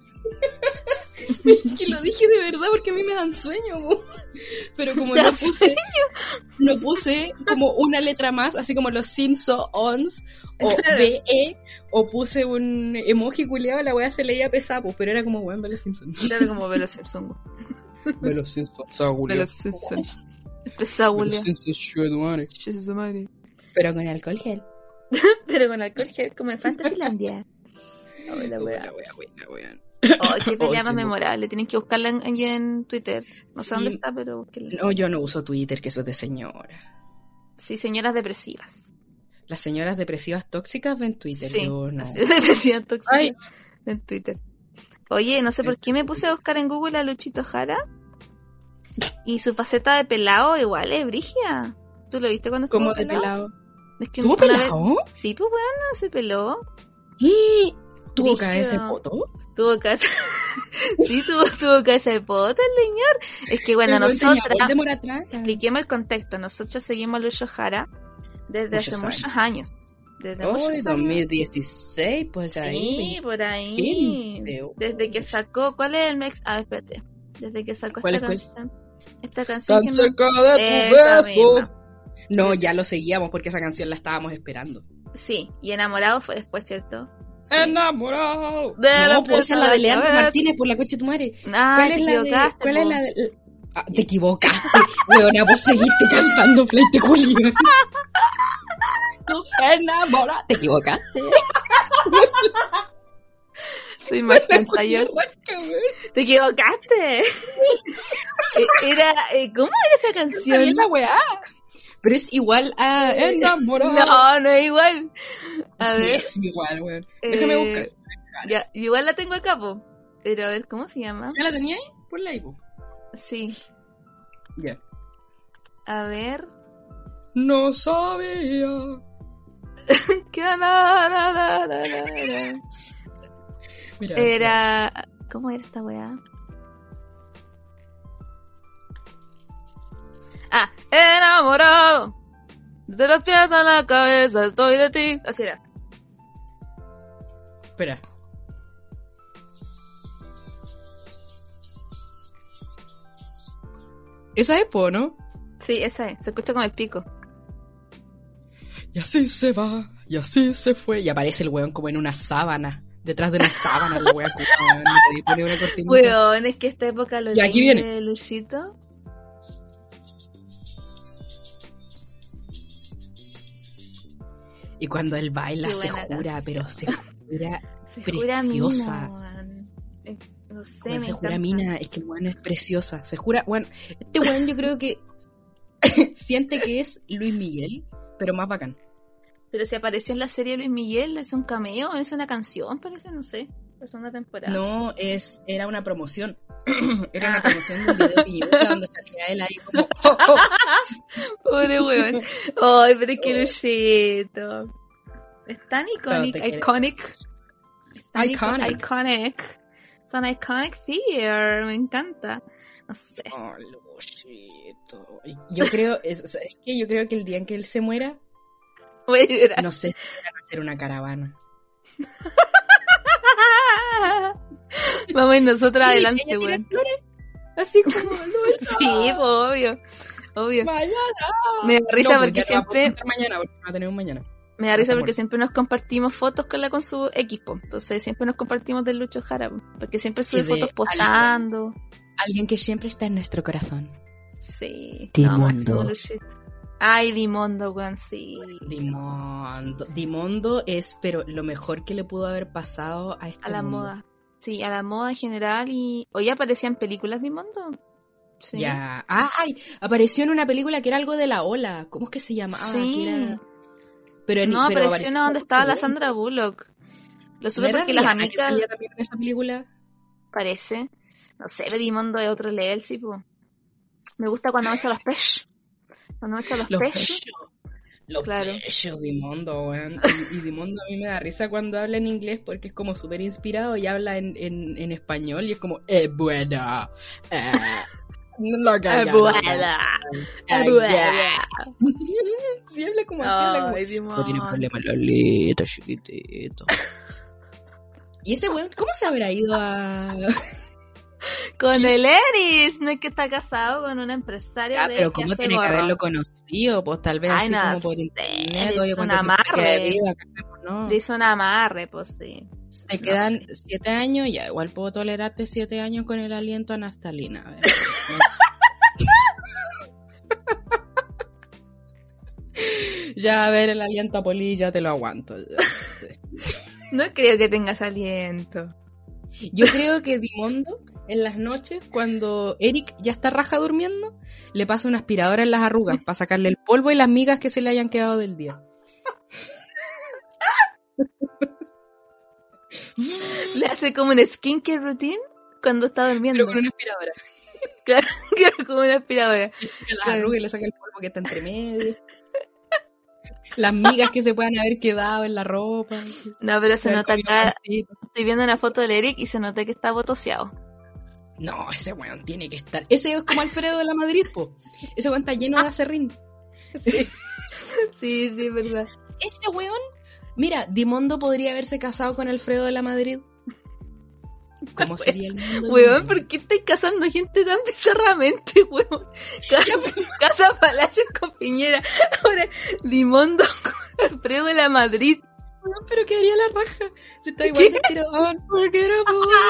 Que lo dije de verdad porque a mí me dan sueño, po. Pero como ¿Te no da puse como una letra más, así como los Simpsons o Claro. BE, o puse un emoji culiado, la weá se leía pesado, pues, pero era como, weón, ve los Simpsons. Claro, como ve los Simpsons. Ve los Simpsons, Ve los Simpsons. Pesado, Ve los Julia. Simpsons, shit, madre. Su madre. Pero con alcohol gel. Pero con alcohol gel, como en Fantasylandia. Ay, la weá. La weá. Ay, qué pelea Ay, más qué memorable. Tienen que buscarla en Twitter. No sé Sí. dónde está, pero búsquenla. No, yo no uso Twitter, que eso es de señora. Sí, señoras depresivas. Las señoras depresivas tóxicas ven Twitter, Sí, yo no. así, depresión tóxica Ay. en Twitter. Oye, no sé por qué me puse a buscar en Google a Luchito Jara. Y su faceta de pelado igual es brígida. ¿Tú lo viste cuando estuvo ¿Cómo de pelado? Es que ¿Tuvo una vez- pelado? Sí, pues bueno, se peló. ¿Y tuvo Brígido. cabeza de poto? Tuvo casa. Sí, tuvo casa de pota el señor. Es que bueno, El weón tenía nosotras, Voldemort atrás. expliquemos el contexto. Nosotros seguimos a Lucho Jara desde hace Muchos muchos años. Desde Hoy, muchos años. 2016, pues Sí, ahí. por ahí. 15. Desde que sacó, ¿cuál es el mex? Ah, espérate. Desde que sacó ¿Cuál esta es cuál? canción. Esta canción Tan que no... cerca de tu Esa beso. misma. No, ya lo seguíamos porque esa canción la estábamos esperando. Sí, y Enamorado fue después, ¿cierto? Sí. Enamorado. De No, la pues esa es la de Leandro cabeza. Martínez, por la coche de tu madre. Ah, ¿Cuál te es la de...? equivocaste, ¿Cuál es po. la de...? Ah, te equivocaste. Weona, vos seguiste cantando Flight de Julián. Tú enamorado. Te equivocaste. Soy más tonta yo. Te equivocaste. Era, ¿cómo era esa Está canción? bien la weá. Pero es igual a enamorado. No, no es igual. A ver. Es igual, weón. Déjame buscar. Ya, igual la tengo acá, po. Pero a ver, ¿cómo se llama? ¿Ya la tenía ahí? Ponla ahí, po. Sí. Ya. A ver. No sabía. ¿Qué na. Mira, Era. ¿Cómo era esta weá? Ah, enamorado. Desde los pies a la cabeza estoy de ti. Así era. Espera. Esa es Po, ¿no? Sí, esa es. Se escucha como el pico. Y así se va, y así se fue. Y aparece el weón como en una sábana. Detrás de una sábana, la weá. No podía poner una cortinita. Weón, es que esta época lo Y aquí leí viene. de Luchito. Y cuando él baila Qué se buena jura, canción. pero se jura. Se Preciosa. jura mina, weón. No sé, Weón, me se jura encanta. mina, es que el weón es preciosa. Se jura, weón. Este weón yo creo que siente que es Luis Miguel, pero más bacán. Pero si apareció en la serie Luis Miguel, es un cameo, es una canción, parece, no sé. Es una temporada. No, era una promoción. Era una promoción de un video de Piñuela donde salía él ahí como. Pobre weón. Ay, pero es que Luchito. Es tan Todo iconic, te quiere. iconic. Es tan Iconic. iconic. Es un iconic figure, me encanta. No sé. Oh, Luchito. Yo creo, es que yo creo que el día en que él se muera, Voy a llorar. no sé si van a hacer una caravana. Vamos a ir nosotros Sí, adelante, ella tira weón. flores, así como Lucho. Sí, pues, obvio. Mañana. Me da risa No, pues porque ya te va a siempre... preguntar mañana, porque va a tener un mañana. Me da risa Está porque muerto. siempre nos compartimos fotos con su equipo. Entonces siempre nos compartimos del Lucho Jara. Porque siempre sube Y de fotos posando. Alguien que siempre está en nuestro corazón. Sí. Dimondo. máximo Luchito. Ay, Dimondo, weón, sí. Dimondo es, pero lo mejor que le pudo haber pasado a este A la mundo. moda. Sí, a la moda en general y... Oye, aparecían películas Dimondo. Sí. Ya. Ay, apareció en una película que era algo de la ola. ¿Cómo es que se llamaba? Sí. Que era... Pero No, pero apareció una donde estaba la muy Sandra pronto. Bullock. Lo ¿No supe era porque las Rihanna que amigas... salía también en esa película? Parece. No sé, Dimondo es otro level, sí, po. Me gusta cuando muestra los pechos. Cuando muestra los Los pechos. pechos. Los Claro. pechos, Dimondo, weón. Y Dimondo a mí me da risa cuando habla en inglés porque es como súper inspirado y habla en español y es como, buena. Lo que Abuela. Abuela. Sí, habla como así, habla como... Ay, No Dimondo. tiene problema la letra, chiquitito. ¿Y ese weón cómo se habrá ido a...? Con el Eris, no es que está casado con un empresario Ah, de pero que ¿cómo hace tiene que gorro. haberlo conocido? Pues tal vez Ay, así no como por sé, internet, le oye, hizo cuánto un tiempo te queda de amarre. vida, ¿qué hacemos? No. Le hizo un amarre, pues sí. Te quedan 7 años, ya igual puedo tolerarte 7 años con el aliento a naftalina. A ver. Ya, a ver, el aliento a poli ya te lo aguanto. Ya, sí. No creo que tengas aliento. Yo creo que Dimondo, en las noches, cuando Eric ya está raja durmiendo, le pasa una aspiradora en las arrugas para sacarle el polvo y las migas que se le hayan quedado del día. Le hace como un skincare routine cuando está durmiendo. Pero con una aspiradora. Claro, como una aspiradora. Le saca las arrugas y le saca el polvo que está entre medio. Las migas que se puedan haber quedado en la ropa. No, pero se Haber nota comido acá. pancito. Estoy viendo una foto del Eric y se nota que está botoseado. No, ese weón tiene que estar. Ese es como Alfredo de la Madrid, po. Ese weón está lleno de acerrín. Sí, es verdad. Ese weón, mira, Dimondo podría haberse casado con Alfredo de la Madrid. ¿Cómo sería el mundo? Weón, ¿por qué estáis casando gente tan bizarramente, weón? Casa Palacios con Piñera. Ahora, Dimondo con Alfredo de la Madrid. Weón, pero quedaría la raja. Se está igual de tirador porque era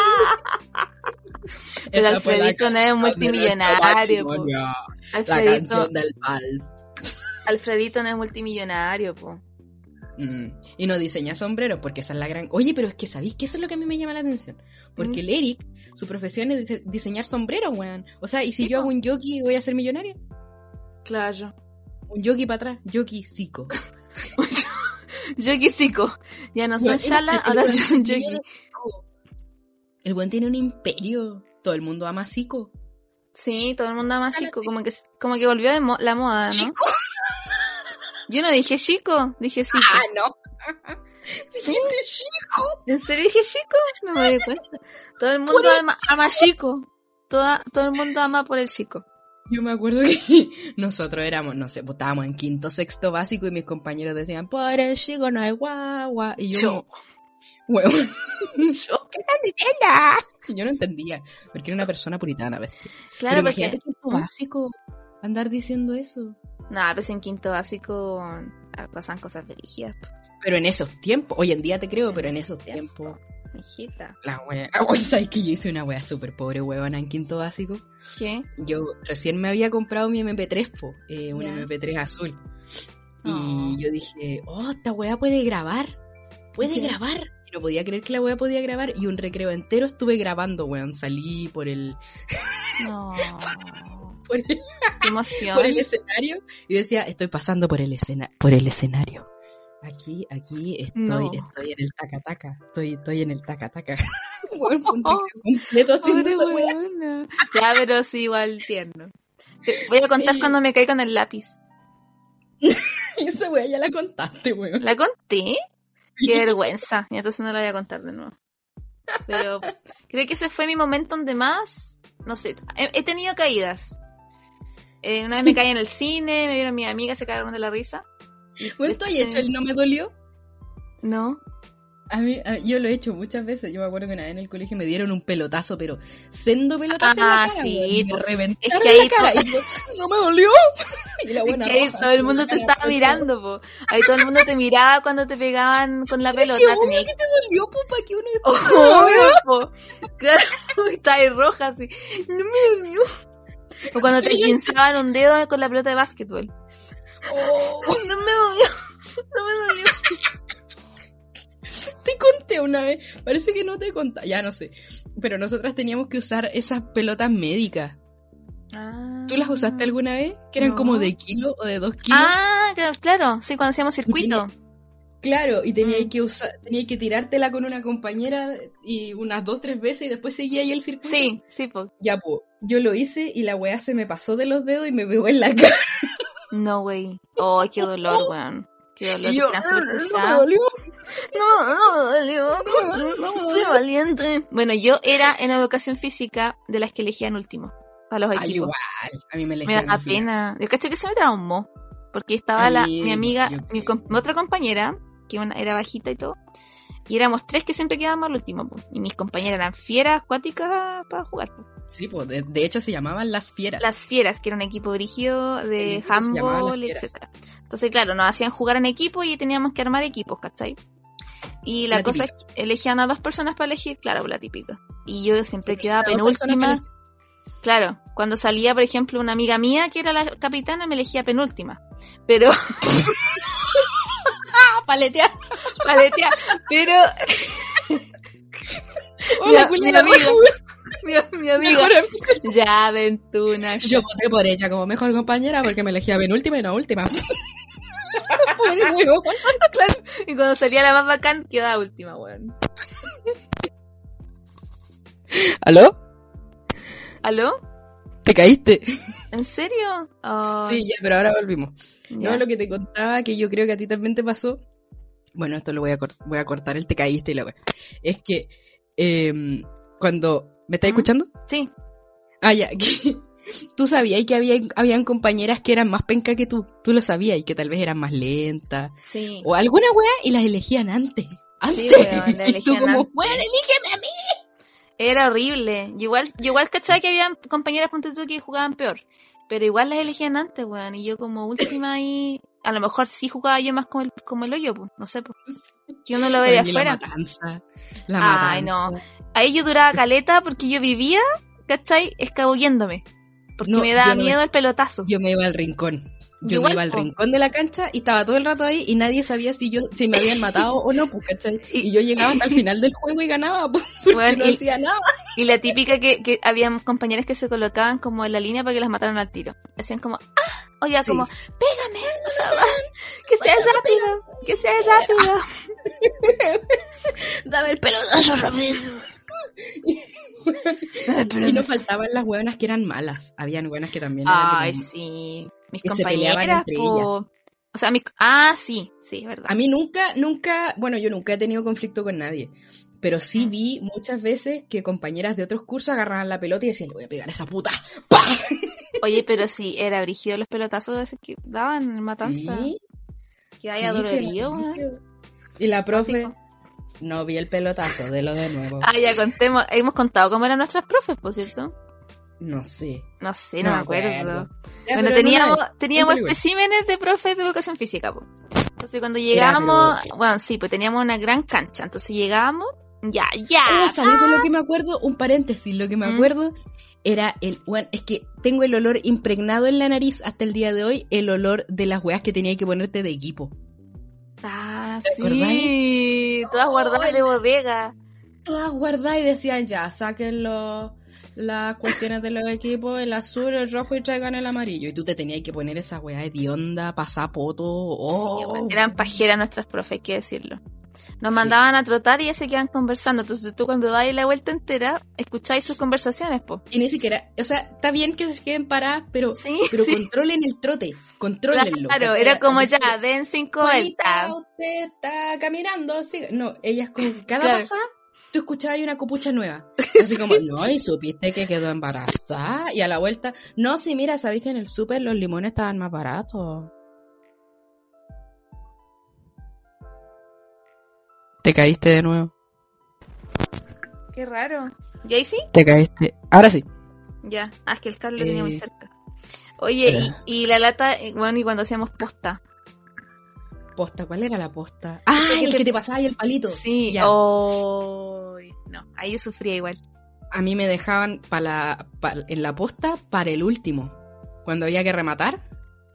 Pero Alfredito no es multimillonario, po. La Alfredito, canción del vals. Alfredito no es multimillonario, po. Y no diseña sombreros, porque esa es la gran... Oye, pero es que ¿sabéis que eso es lo que a mí me llama la atención? Porque el Eric, su profesión es diseñar sombreros, weón. O sea, ¿y si Sí, yo po. hago un jockey voy a ser millonario? Claro. Un jockey para atrás, jockey psico. Jockey Zico. Ya no son Weón, Shala, el ahora weón son tiene- Jockey. El weón tiene un imperio. Todo el mundo ama a Zico. Sí, todo el mundo ama a Zico. Como que volvió de la moda, ¿no? ¿Chico? Yo no dije chico, dije Zico. Ah, no. ¿Sí? Dijiste chico. ¿En serio dije chico? No me di cuenta. Todo el mundo ama a chico. Todo el mundo ama por el chico. Yo me acuerdo que nosotros éramos, no sé, pues estábamos en quinto, sexto básico y mis compañeros decían, por el chico no hay guagua. Y yo, como, huevón, ¿qué están diciendo? Y yo no entendía, porque era una persona puritana, ¿ves? Claro, Pero porque... imagínate quinto básico, andar diciendo eso. Nah, pues en quinto básico pasan cosas brígidas, Pero en esos tiempos, hoy en día te creo, pero en esos tiempos, hijita. la wea, hoy sabes que yo hice una wea súper pobre, huevona, en quinto básico. ¿Qué? Yo recién me había comprado mi MP3, un Ya. MP3 azul. Y Oh. yo dije, esta weá puede grabar. Puede Ya. grabar. Y no podía creer que la weá podía grabar. Y un recreo entero estuve grabando, weón. Salí por el, No. por el, Qué emoción. por el escenario. Y decía, estoy pasando por el escenario. Aquí estoy, No. estoy en el taca-taca. Estoy en el taca-taca. Weón, fue un recreo completo haciendo Pobre esa weá. huevona. Ya, pero sí, igual tierno. Te voy a contar cuando me caí con el lápiz. Y esa weá ya la contaste, weón. ¿La conté? Qué vergüenza. Y entonces no lo voy a contar de nuevo. Pero creo que ese fue mi momento donde más, no sé, he tenido caídas. Una vez me caí en el cine, me vieron mis amigas, se cagaron de la risa. Bueno, ¿tú has hecho el no me dolió? No. Yo lo he hecho muchas veces. Yo me acuerdo que una vez en el colegio me dieron un pelotazo, pero sendo pelotazo en la cara. Sí, me reventaron es que ahí la cara. Y yo, no me dolió. Y la buena es que ahí roja, todo el mundo te estaba mirando, po. Ahí todo el mundo te miraba cuando te pegaban con la pelota. ¿Qué obvio que te dolió, po? ¿Para que uno Obvio, po. Claro, está ahí roja así. No me dolió. O cuando te guinzaban un dedo con la pelota de básquetbol. No me dolió. No me dolió. Te conté una vez, parece que no te conté, ya no sé, pero nosotras teníamos que usar esas pelotas médicas. ¿Tú las usaste alguna vez? Que eran como de kilo o de 2 kilos. Claro, sí, cuando hacíamos circuito. Claro, y tenías que tirártela con una compañera y unas 2-3 veces y después seguía ahí el circuito. Sí, pues. Ya, pues, yo lo hice y la weá se me pasó de los dedos y me pegó en la cara. No, wey. Oh, qué dolor, weón. Qué dolor. Y yo, no me dolió. No me dolió. Soy valiente. Bueno, yo era en educación física de las que elegían último. Para los equipos. Igual. A mí me Me elegían. da pena. Yo caché que se me traumó. Porque estaba mi amiga, mi otra compañera, que era bajita y todo. Y éramos 3 que siempre quedábamos al último. Po. Y mis compañeras eran fieras acuáticas para jugar. Po. Sí, pues de hecho se llamaban Las Fieras. Las Fieras, que era un equipo brígido de handball, etcétera. Entonces, claro, nos hacían jugar en equipo y teníamos que armar equipos, ¿cachai? Y la cosa típica. Es que elegían a 2 personas para elegir, claro, la típica. Y yo siempre quedaba penúltima. Claro, cuando salía, por ejemplo, una amiga mía que era la capitana, me elegía penúltima. Pero... Paletear. Pero... Hola, mi amiga. Ya, Ventuna. Yo voté por ella como mejor compañera porque me elegía penúltima y no última. Claro. Y cuando salía la más bacán, quedaba última, weón. ¿Aló? ¿Te caíste? ¿En serio? Oh. Sí, ya, pero ahora volvimos. Ya. No, lo que te contaba, que yo creo que a ti también te pasó. Bueno, esto lo voy a cortar, el te caíste y la wea. Es que cuando... ¿Me estás escuchando? Sí. Ya, que tú sabías que habían compañeras que eran más penca que tú. Tú lo sabías y que tal vez eran más lentas. Sí. O alguna wea y las elegían antes. Sí, weón, las y tú elegían como, antes. weón, elígeme a mí. Era horrible. Yo igual cachaba que había compañeras, ponte tú, que jugaban peor. Pero igual las elegían antes, weón. Y yo como última ahí... A lo mejor sí jugaba yo más como el hoyo, pues. No sé, pues. Que uno lo ve de afuera. La matanza. Ay, no. Ahí yo duraba caleta porque yo vivía, ¿cachai? Escabulléndome. Porque me daba miedo el pelotazo. Yo me iba al rincón. Yo me iba al rincón de la cancha y estaba todo el rato ahí y nadie sabía si me habían matado o no, pues, ¿cachai? Y yo llegaba hasta el final del juego y ganaba, pues, porque bueno, no hacía nada. Y la típica que había compañeras que se colocaban como en la línea para que las mataran al tiro. Hacían como, o ya como, pégame, que sea rápido. Dame el pelotazo rápido. Y no faltaban las hueonas que eran malas. Habían hueonas que también eran Ay, sí. Mis que compañeras, se peleaban entre ellas. O sea, sí, verdad. A mí nunca, bueno, yo nunca he tenido conflicto con nadie. Pero sí vi muchas veces que compañeras de otros cursos agarraban la pelota y decían, le voy a pegar a esa puta. ¡Pah! Oye, pero sí, era brígido los pelotazos esos que daban en Matanza. Sí. Que haya dolorido, weón. Y la profe, no vi el pelotazo, de lo de nuevo. Ya contemos, hemos contado cómo eran nuestras profes, por cierto. No sé. No me acuerdo. Ya, bueno, teníamos especímenes de profes de educación física, po. Entonces cuando llegábamos, bueno, sí, pues teníamos una gran cancha. Entonces llegábamos, ya. ¿Sabes de lo que me acuerdo? Un paréntesis, lo que me acuerdo era es que tengo el olor impregnado en la nariz hasta el día de hoy, el olor de las weas que tenía que ponerte de equipo. Sí, todas guardadas de bodega. Todas guardadas y decían, ya, saquen las cuestiones de los equipos, el azul, el rojo y traigan el amarillo. Y tú te tenías que poner esa weá hedionda, pasapoto. Sí, eran pajeras nuestras profes, hay que decirlo. nos Sí. mandaban a trotar y ya se quedan conversando. Entonces tú cuando dais la vuelta entera, escucháis sus conversaciones, po. Y ni siquiera, o sea, está bien que se queden paradas, pero Sí, sí. Controlen el trote, contrólenlo. Claro, ¿cachai? era como Así ya, den 5 Juanita, vueltas. usted está caminando, siga. No, ellas como que cada Claro. pasada tú escuchabas una copucha nueva. Así como, no, y supiste que quedó embarazada. Y a la vuelta, no, sí, mira, sabéis que en el súper los limones estaban más baratos. Te caíste de nuevo. Qué raro. ¿Y ahí sí? Te caíste. Ahora sí. Ya. Ah, es que el Carlos lo tenía muy Eh, cerca. Oye, era. y la lata, bueno, y cuando hacíamos posta. Posta, ¿cuál era la posta? Ah, que el te- que te pasaba ahí el palito. Sí, Ya. no, ahí yo sufría igual. A mí me dejaban en la posta para el último. Cuando había que rematar.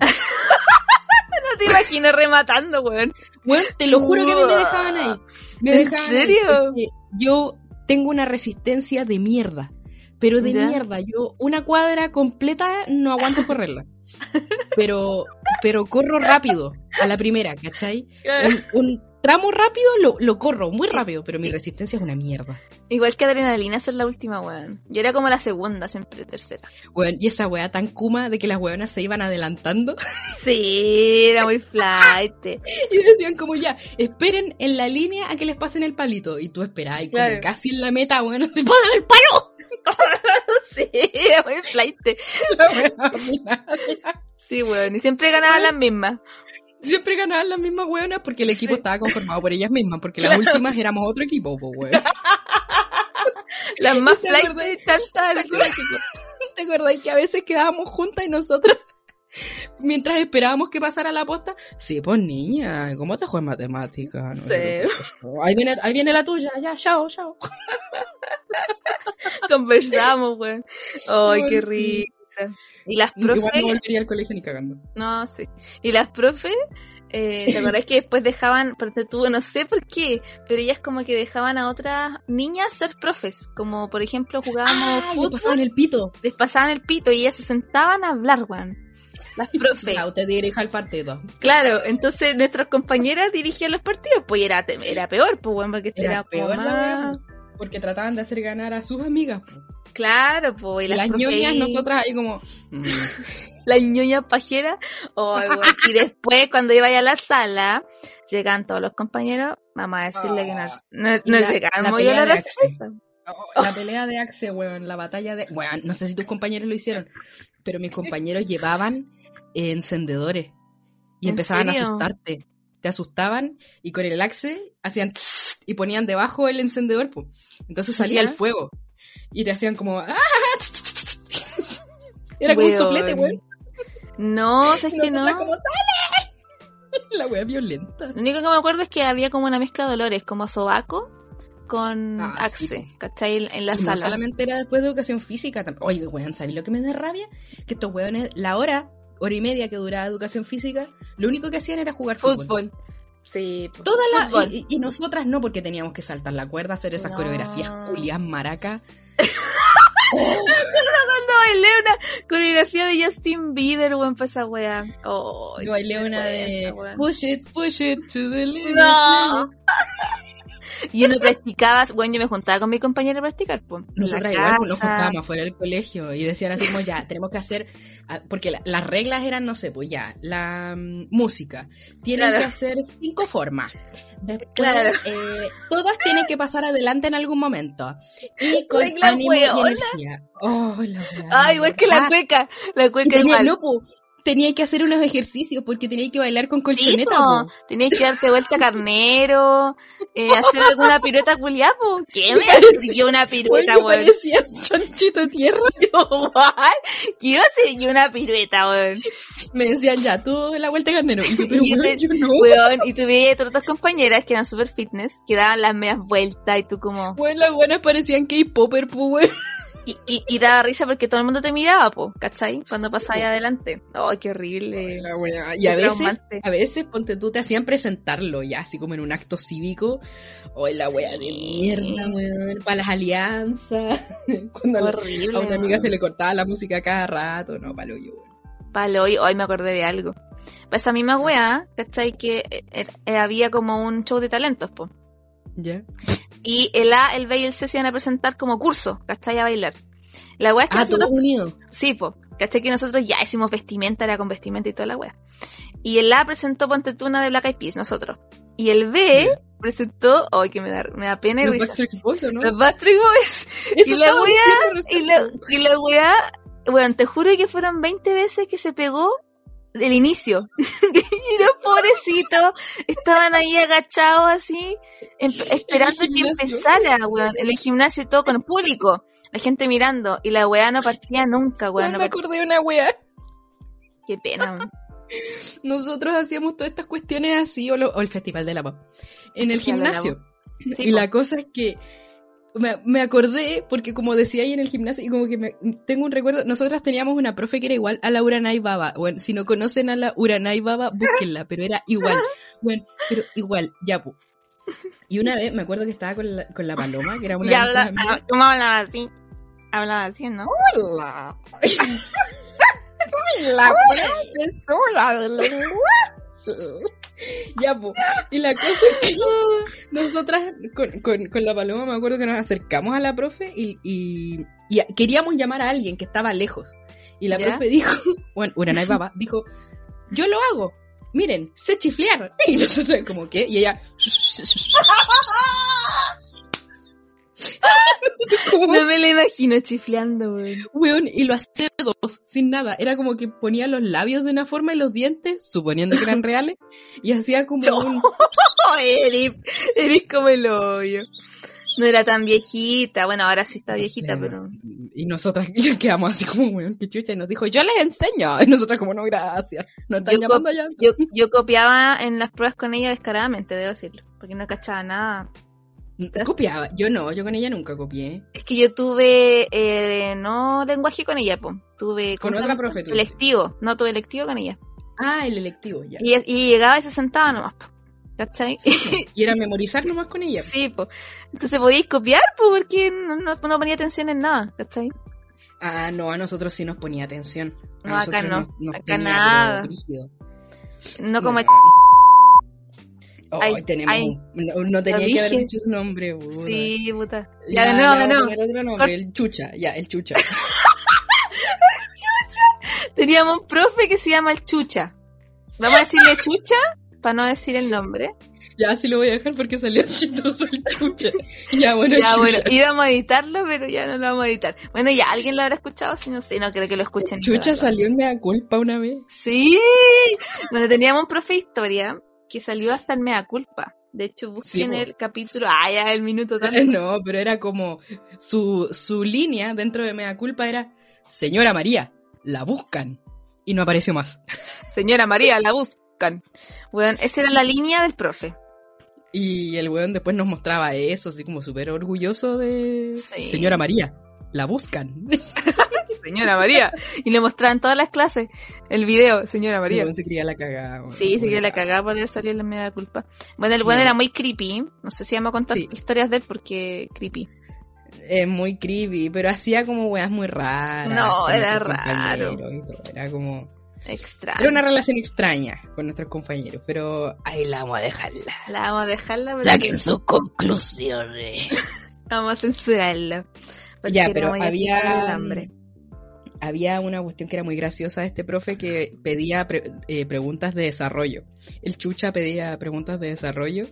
No te imagino rematando, weón. Bueno, te lo juro que a mí me dejaban ahí. Me ¿En dejaban serio? ahí porque yo tengo una resistencia de mierda. Pero de ¿Ya? mierda. Yo una cuadra completa no aguanto correrla. Pero corro rápido a la primera, ¿cachai? Un tramo rápido lo corro muy rápido, pero mi resistencia es una mierda. Igual que adrenalina ser la última, weón. Yo era como la segunda, siempre tercera. Bueno, y esa weá tan kuma de que las weonas se iban adelantando Sí, era muy flight. y decían como ya, esperen en la línea a que les pasen el palito. Y tú esperabas y como Claro. casi en la meta, weón, se pasa el palo. Sí, era muy flight. La weá, mira. Sí, weón. Y siempre ganaban las mismas. Siempre ganaban las mismas weonas porque el equipo estaba conformado por ellas mismas, porque las últimas éramos otro equipo, pues weón. Las más ¿Te flight acordás? de chantar. ¿Te acordás que a veces quedábamos juntas y nosotras, mientras esperábamos que pasara la posta? Sí, pues niña, ¿cómo te fue en matemática? No, Sí. ahí viene la tuya, ya, chao. Conversamos, weón. Ay, qué Sí. risa. Y las Igual profes, no volvería al colegio ni cagando. no, sí. Y las profes, ¿te acordás que después dejaban, porque tú, no sé por qué, pero ellas como que dejaban a otras niñas ser profes? Como por ejemplo jugábamos Le fútbol, pasaban el pito. les pasaban el pito y ellas se sentaban a hablar, weón. Las profes. Ya, usted dirija el partido. Claro, entonces nuestras compañeras dirigían los partidos, pues y era peor, pues weón, porque Era como peor la más- weá, porque trataban de hacer ganar a sus amigas. Po. Claro, pues, y Las profes ñoñas, ahí- nosotras ahí como... la ñoña pajera. Ay, weón. Y después, cuando iba a la sala, llegan todos los compañeros, vamos a decirle que no Y llegaban la muy pelea a la de Axe. respuesta. La pelea de Axe, weón, la batalla de... Weón, no sé si tus compañeros lo hicieron, pero mis compañeros llevaban encendedores y ¿En empezaban a serio? asustarte. Te asustaban y con el Axe hacían tss, y ponían debajo el encendedor, po. Entonces salía ¿Ya? el fuego y te hacían como... ¡Ah! Era como un soplete, weón. No, ¿sabes que Nosotras no? como ¡sale! La wea violenta. Lo único que me acuerdo es que había como una mezcla de olores, como sobaco con Ah, Axe, sí. ¿cachai? En la Y no sala. solamente era después de educación física. Oye, weón, ¿sabes lo que me da rabia? Que estos weones, la hora y media que duraba educación física, lo único que hacían era jugar fútbol. Fútbol. Sí, pues. Toda la, Fútbol. y nosotras no, porque teníamos que saltar la cuerda, hacer esas No. coreografías culias maracas. Cuando bailé una coreografía de Justin Bieber, weón, para esa wea. Oh, Yo bailé una de weón. push it to the limit. No. Y uno practicaba, bueno, yo me juntaba con mi compañera a practicar, pues. Nosotras igual pues, nos juntábamos afuera del colegio y decían así como ya, tenemos que hacer, porque las reglas eran, no sé, pues ya, la música, tienen Claro. que hacer 5 formas. Después, Claro. todas tienen que pasar adelante en algún momento. Y con Regla ánimo y weona. energía. Oh, la weá. Ah, igual que la cueca. La Y cueca tenía, igual. no, po, tenía que hacer unos ejercicios porque tenía que bailar con Sí, colchoneta, po. po. Tenías que darte vuelta carnero, hacer alguna pirueta culiá, po. ¿Qué me haces yo una pirueta, Weón, weón? parecía chanchito tierra. Igual. ¿Qué iba a hacer yo una pirueta, weón? Me decían ya, tú la vuelta carnero. Y yo, pero Y weón, yo no. Weón, y tú veías a otras compañeras que eran super fitness, que daban las medias vueltas y tú como... Weón, las buenas parecían K-popper, pues, weón. Y daba risa porque todo el mundo te miraba, po, ¿cachai? Cuando pasabas adelante. Ay, qué horrible. La wea. Y Qué a traumante. veces, ponte tú, te hacían presentarlo ya, así como en un acto cívico. O en la wea de mierda, weón. Para las alianzas. Cuando Horrible. a una amiga se le cortaba la música cada rato. No, palo yo, weón. Palo, hoy me acordé de algo. Para esa misma weá, ¿cachai? Que había como un show de talentos, po. ¿Ya? Y el A, el B y el C se iban a presentar como curso, ¿cachai? A bailar. La weá es que nosotros... todo unido. Sí, po. ¿Cachai? Que nosotros ya hicimos vestimenta, era con vestimenta y toda la weá. Y el A presentó Ponte tú una de Black Eyed Peas, nosotros. Y el B presentó... Ay, que me da pena y Los risa. Backstreet Boys, ¿o no? Los Backstreet Boys. Eso Y la estaba weá... diciendo Y la weá... Bueno, te juro que fueron 20 veces que se pegó del inicio. Y los pobrecitos estaban ahí agachados así, esperando que empezara, weón. En el gimnasio y todo con el público. La gente mirando. Y la weá no partía nunca, weón. No me acordé de una weá. Qué pena, weón. Nosotros hacíamos todas estas cuestiones así, o el Festival de la Pop, en el gimnasio. Sí, y la cosa es que me acordé, porque como decía ahí en el gimnasio, y como que tengo un recuerdo, nosotras teníamos una profe que era igual a la Uranai Baba. Bueno, si no conocen a la Uranai Baba, búsquenla, pero era igual. Bueno, pero igual, ya, pues. Y una vez me acuerdo que estaba con la Paloma, que era una Ya de nuestras amigas. ¿Cómo hablaba así? Hablaba así, ¿no? Hola. Soy la profesora de lenguaje. Ya, pues. Y la cosa es que nosotras con la Paloma me acuerdo que nos acercamos a la profe y queríamos llamar a alguien que estaba lejos. Y la profe dijo, bueno, Uranai Baba dijo, yo lo hago. Miren, sé chiflear. Y nosotros como, ¿qué? Y ella... No me la imagino chifleando, weón. Y lo hacía dos, sin nada. Era como que ponía los labios de una forma y los dientes, suponiendo que eran reales, y hacía como un... Eres como el hoyo. No era tan viejita. Bueno, ahora sí está viejita, pero... Y nosotras quedamos así como, weón, qué chucha. Y nos dijo, yo les enseño. Y nosotras como, no, gracias. Nos están llamando allá. Yo copiaba en las pruebas con ella descaradamente, debo decirlo. Porque no cachaba nada. Copiaba, yo no, yo con ella nunca copié. Es que yo tuve no lenguaje con ella, po. Tuve con otra profe. Electivo, no tuve electivo con ella. Ah, el electivo, ya. Y llegaba y se sentaba nomás, po. ¿Cachai? Y era memorizar nomás con ella. Sí, po. Entonces podíais copiar, po, porque no ponía atención en nada, ¿cachai? Ah, no, a nosotros sí nos ponía atención. No, acá no, nos acá nada. No como tenemos no tenía que haber dicho su nombre, puta. Sí, puta. Ya, de nuevo. Otro nombre, el Chucha, el Chucha. El Chucha. Teníamos un profe que se llama el Chucha. Vamos a decirle Chucha para no decir el nombre. Ya, sí lo voy a dejar porque salió chistoso el Chucha. Ya, bueno, íbamos a editarlo, pero ya no lo vamos a editar. Bueno, ya, ¿alguien lo habrá escuchado? Si no sé, no creo que lo escuchen. Chucha salió en Mea Culpa una vez. Sí. Bueno, teníamos un profe de historia que salió hasta el Mea Culpa. De hecho, busquen el capítulo. Ya, el minuto tanto. No, pero era como su línea dentro de Mea Culpa era: Señora María, la buscan. Y no apareció más. Señora María, la buscan. Bueno, esa era la línea del profe. Y el weón después nos mostraba eso, así como súper orgulloso de... Sí. Señora María, la buscan. Señora María. Y le mostraban todas las clases el video, Señora María. El weón se quería la cagada. Bueno, sí, se quería la cagada por haber salido en la Mea Culpa. Bueno, el weón era muy creepy. No sé si vamos a contar historias de él porque creepy. Es muy creepy, pero hacía como weas muy raras. No, era raro. Era como... extraño. Era una relación extraña con nuestros compañeros, pero ahí la vamos a dejarla. La vamos a dejarla. Pero saquen sus conclusiones. Vamos a censurarla. Ya, pero había una cuestión que era muy graciosa de este profe que pedía preguntas de desarrollo. El Chucha pedía preguntas de desarrollo.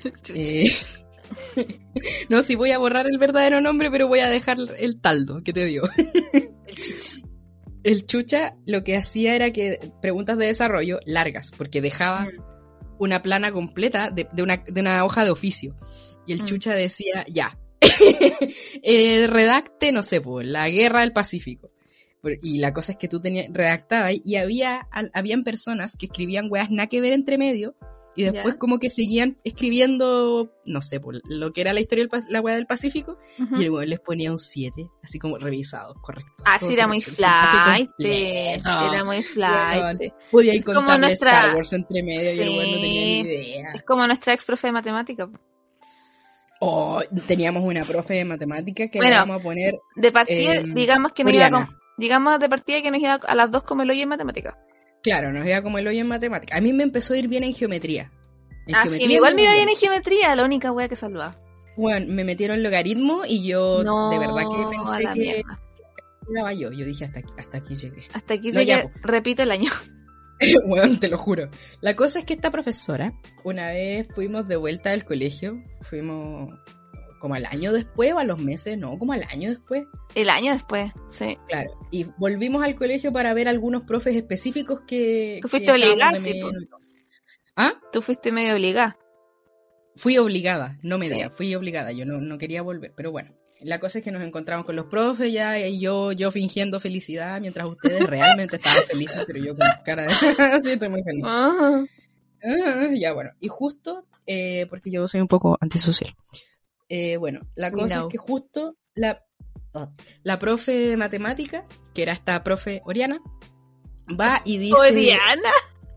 No, sí voy a borrar el verdadero nombre, pero voy a dejar el taldo que te dio. El Chucha. El Chucha lo que hacía era que preguntas de desarrollo largas, porque dejaba una plana completa de una hoja de oficio. Y el Chucha decía, ya, redacte, no sé, pues, la guerra del Pacífico. Y la cosa es que tú redactabas y habían personas que escribían weas nada que ver entre medio. Y después como que seguían escribiendo, no sé, por lo que era la historia la wea del Pacífico, y el weón les ponía un 7, así como revisado, correcto. Ah, sí, era muy flight. Era muy flight. Podía ir contarle Star Wars entre medio y el weón no tenía ni idea. Es como nuestra ex profe de matemática. Teníamos una profe de matemática que le vamos a poner... De partida, digamos que nos iba de partida que nos iba a las 2 como el hoyo en matemática. Claro, nos iba como el hoyo en matemáticas. A mí me empezó a ir bien en geometría. Sí, igual me iba bien en geometría, la única wea que salvaba. Bueno, me metieron logaritmo y yo No, de verdad que pensé que mierda. llegaba yo. Yo dije, hasta aquí llegué. Hasta aquí No, llegué, ya, po. repito el año. Bueno, te lo juro. La cosa es que esta profesora, una vez fuimos de vuelta del colegio, fuimos como al año después o a los meses, no, como al año después. El año después, sí. Claro, y volvimos al colegio para ver algunos profes específicos que... Tú fuiste que echábamos obligada, de sí, menos po. y todo. ¿Ah? Tú fuiste medio obligada. Fui obligada, no media, Sí. fui obligada, yo no quería volver, pero bueno. La cosa es que nos encontramos con los profes ya, y yo fingiendo felicidad, mientras ustedes realmente estaban felices, pero yo con cara de... sí, estoy muy feliz. Ah, Ya, bueno, y justo, porque yo soy un poco antisocial. Bueno, la We cosa know. es que justo la profe de matemática, que era esta profe Oriana, va y dice... Oriana.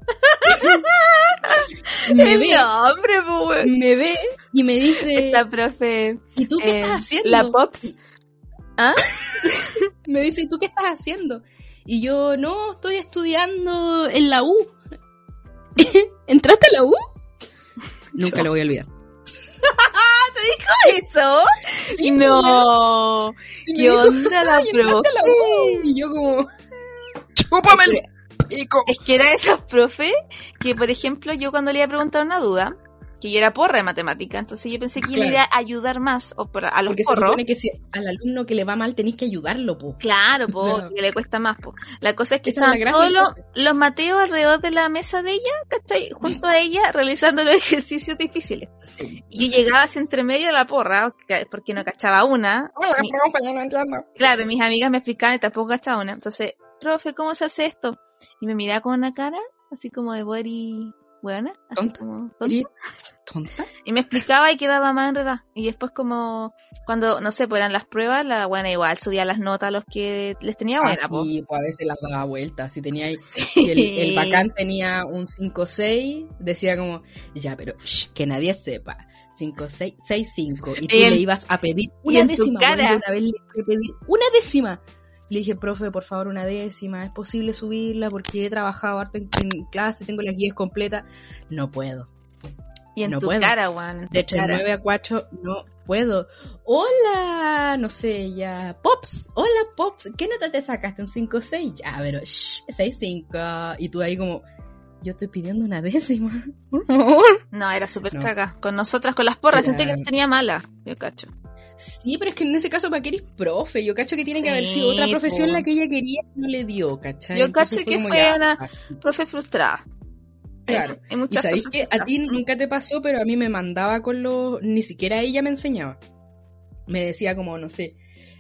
Me ve, nombre, po, weón. me ve y me dice... Esta profe. ¿Y tú qué estás haciendo? La Pops. ¿Ah? Me dice, ¿y tú qué estás haciendo? Y yo, no, estoy estudiando en la U. ¿Entraste a la U? Nunca lo voy a olvidar. ¿Eso? Sí, No. Y me ¿Qué dijo, onda la "Ay, entraste a la U". profe? Y yo como, chúpamelo. Es que era esas profe que, por ejemplo, yo cuando le iba a preguntar una duda, que yo era porra de matemática, entonces yo pensé que yo le iba a ayudar más a los Porque se porros. supone que si al alumno que le va mal tenéis que ayudarlo, po. Claro, po, O sea, que le cuesta más, po. La cosa es que esa es la estaban gracia todos del profe. los Mateos alrededor de la mesa de ella, ¿cachai? Junto a ella, realizando los ejercicios difíciles. Y yo llegaba así entre medio de la porra, porque no cachaba una. Hola, Mi- profe, yo no entiendo. Claro, mis amigas me explicaban y tampoco cachaba una. Entonces, profe, ¿cómo se hace esto? Y me miraba con una cara, así como de body buena, así ¿Tonta? como tonta. ¿Eres tonta? Y me explicaba y quedaba más enredada. Y después como, cuando, no sé, pues eran las pruebas, la buena igual subía las notas a los que les tenía buena, po. Sí, pues a veces las daba vueltas. Si teníais, Sí. si el bacán tenía un 5-6, decía como, ya, pero que nadie sepa. 5-6, 6-5. Y tú Y en- le ibas a pedir y una en tu décima. cara. Bueno, yo una vez le fui a pedir una décima. Le dije, profe, por favor, una décima. ¿Es posible subirla? Porque he trabajado harto en clase, tengo las guías completas. No puedo. Y en No tu puedo. cara, Juan. en tu De cara. 9 a 4 no puedo. Hola, no sé, ya. Pops, hola Pops, ¿qué nota te sacaste? ¿Un 5-6? Ya, pero 6-5. Y tú ahí como, yo estoy pidiendo una décima, por favor. No, era súper No. caga. Con nosotras, con las porras, Era- sentí que las tenía mala. Yo cacho. Sí, pero es que en ese caso, ¿para qué eres profe? Yo cacho que tiene que haber Sí, sido otra profesión po. la que ella quería y no le dio, ¿cachai? Yo Entonces cacho que como, fue ya, una profe frustrada. Claro. Hay Y muchas sabéis profes que a ti frustradas. nunca te pasó, pero a mí me mandaba con los... Ni siquiera ella me enseñaba. Me decía como, no sé,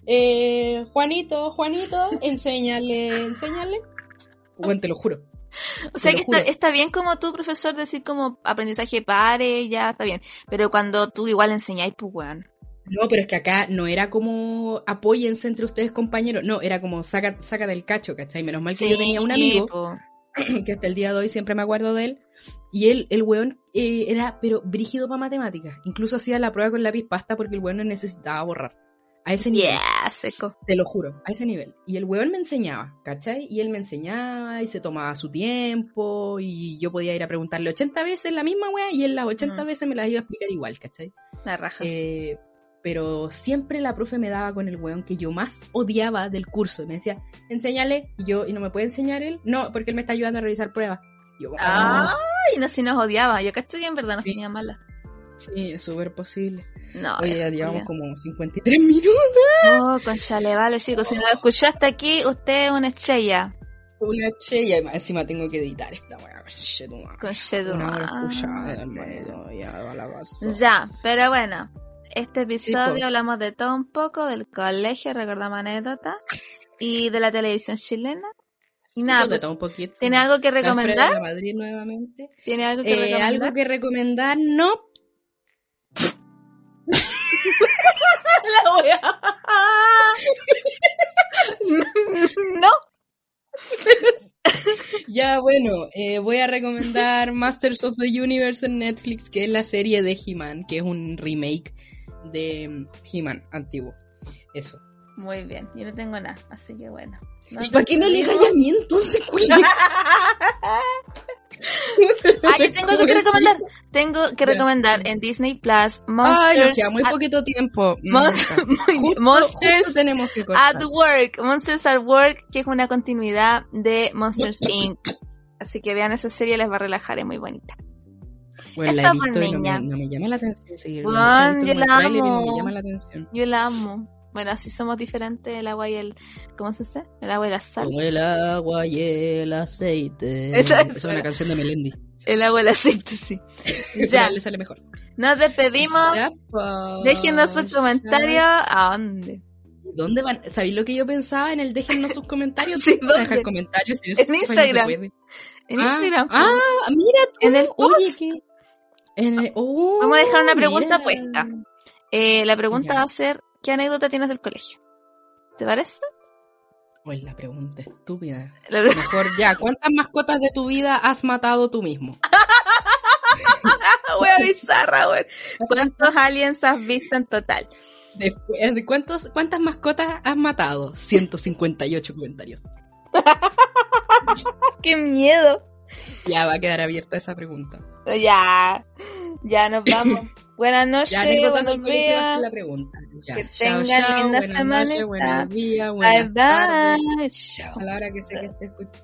Juanito, enséñale. Bueno, te lo juro. O sea te que lo juro. está bien como tú, profesor, decir como aprendizaje pare, ya está bien. Pero cuando tú igual enseñáis, pues weón. No, pero es que acá no era como apóyense entre ustedes compañeros, no, era como saca del cacho, ¿cachai? Menos mal que yo tenía un amigo po. que hasta el día de hoy siempre me acuerdo de él, y el weón era, pero brígido para matemáticas, incluso hacía la prueba con lápiz pasta porque el weón no necesitaba borrar, a ese nivel, Yeah, seco. te lo juro, a ese nivel, y el weón me enseñaba, ¿cachai? Y él me enseñaba y se tomaba su tiempo, y yo podía ir a preguntarle 80 veces la misma wea, y él las 80 Ujú. veces me las iba a explicar igual, ¿cachai? La raja. Pero siempre la profe me daba con el weón que yo más odiaba del curso. Y me decía, enséñale. Y no me puede enseñar él. No, porque él me está ayudando a revisar pruebas. Y yo, Ay, no, si nos odiaba. Yo cacho que en verdad nos Sí. tenía mala. sí, es súper posible. No, Oye, ya es llevamos Julia. como 53 minutos. Oh, conchale, vale, chicos. Si no lo escuchaste aquí, usted es una estrella. Una chella. Y encima tengo que editar esta weá. Una hora escuchada, hermanito. Ya, va la casa. Ya, pero bueno. Este episodio Sí, po. hablamos de todo un poco, del colegio, recordamos anécdotas, y de la televisión chilena. Y nada, De pues, todo un poquito. ¿tiene algo que Alfredo recomendar? de Madrid nuevamente. ¿Tiene algo que recomendar? Algo que recomendar, no. La wea. No. Ya, bueno, voy a recomendar Masters of the Universe en Netflix, que es la serie de He-Man, que es un remake de He-Man antiguo. Eso. Muy bien, yo no tengo nada, así que bueno. ¿Y para qué me alegáis a mí entonces, culiao? Yo tengo que recomendar. Tengo que recomendar en Disney Plus Monsters. Ay, nos queda muy poquito tiempo. Monsters justo tenemos que cortar. at Work. Monsters at Work, que es una continuidad de Monsters Inc. Así que vean esa serie, les va a relajar, es muy bonita. Bueno, la he visto y no me llama la atención seguir. Bueno, yo la amo. Y no me llama la atención. Yo la amo. Bueno, así somos diferentes, el agua y el... ¿Cómo se dice? El agua y la sal. Como el agua y el aceite. Esa es una canción de Melendi. El agua y el aceite, sí. Ya. Le sale mejor. Nos despedimos. Ya, pues, Déjenos sus comentarios. ¿A dónde? ¿Dónde van? ¿Sabéis lo que yo pensaba en el déjennos sus comentarios? Sí, ¿dónde? Dejar comentarios. En Instagram. En Instagram. Mira tú. En el post. Oye, ¿qué? Vamos a dejar una pregunta mira. puesta. La pregunta Ya. va a ser, ¿qué anécdota tienes del colegio? ¿Te parece? Pues la pregunta estúpida. La pre- Mejor ya, ¿cuántas mascotas de tu vida has matado tú mismo? Wea bizarra, wey. ¿Cuántos aliens has visto en total? Después, ¿cuántas mascotas has matado? 158 comentarios. ¡Qué miedo! Ya va a quedar abierta esa pregunta. Ya nos vamos. Buenas noches, Ya anécdotas del buenos colegio va a ser días. la pregunta. Ya. Que Chao, tengan chao, linda buenas semanita. noches, buenos días, Bye buenas tardes. bye. Chao. A la hora que sé que te escuche.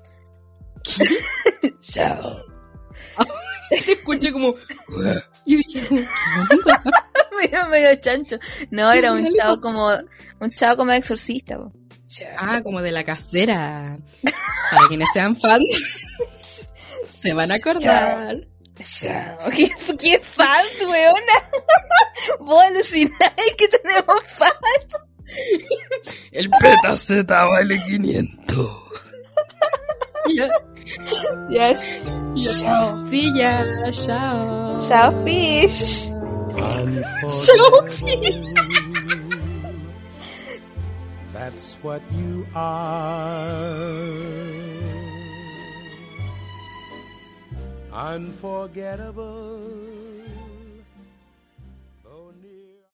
Chao. Te escuché como... Y dije como... medio chancho. No, era un chavo como de exorcista. Po. Como de la casera. Para quienes sean fans, se van a acordar. ¿Qué fans, weona? Vos alucináis que tenemos fans. El PZ vale 500. Ya. Chao. Sí, ya. Chao. Chao, fish. That's what you are. Unforgettable.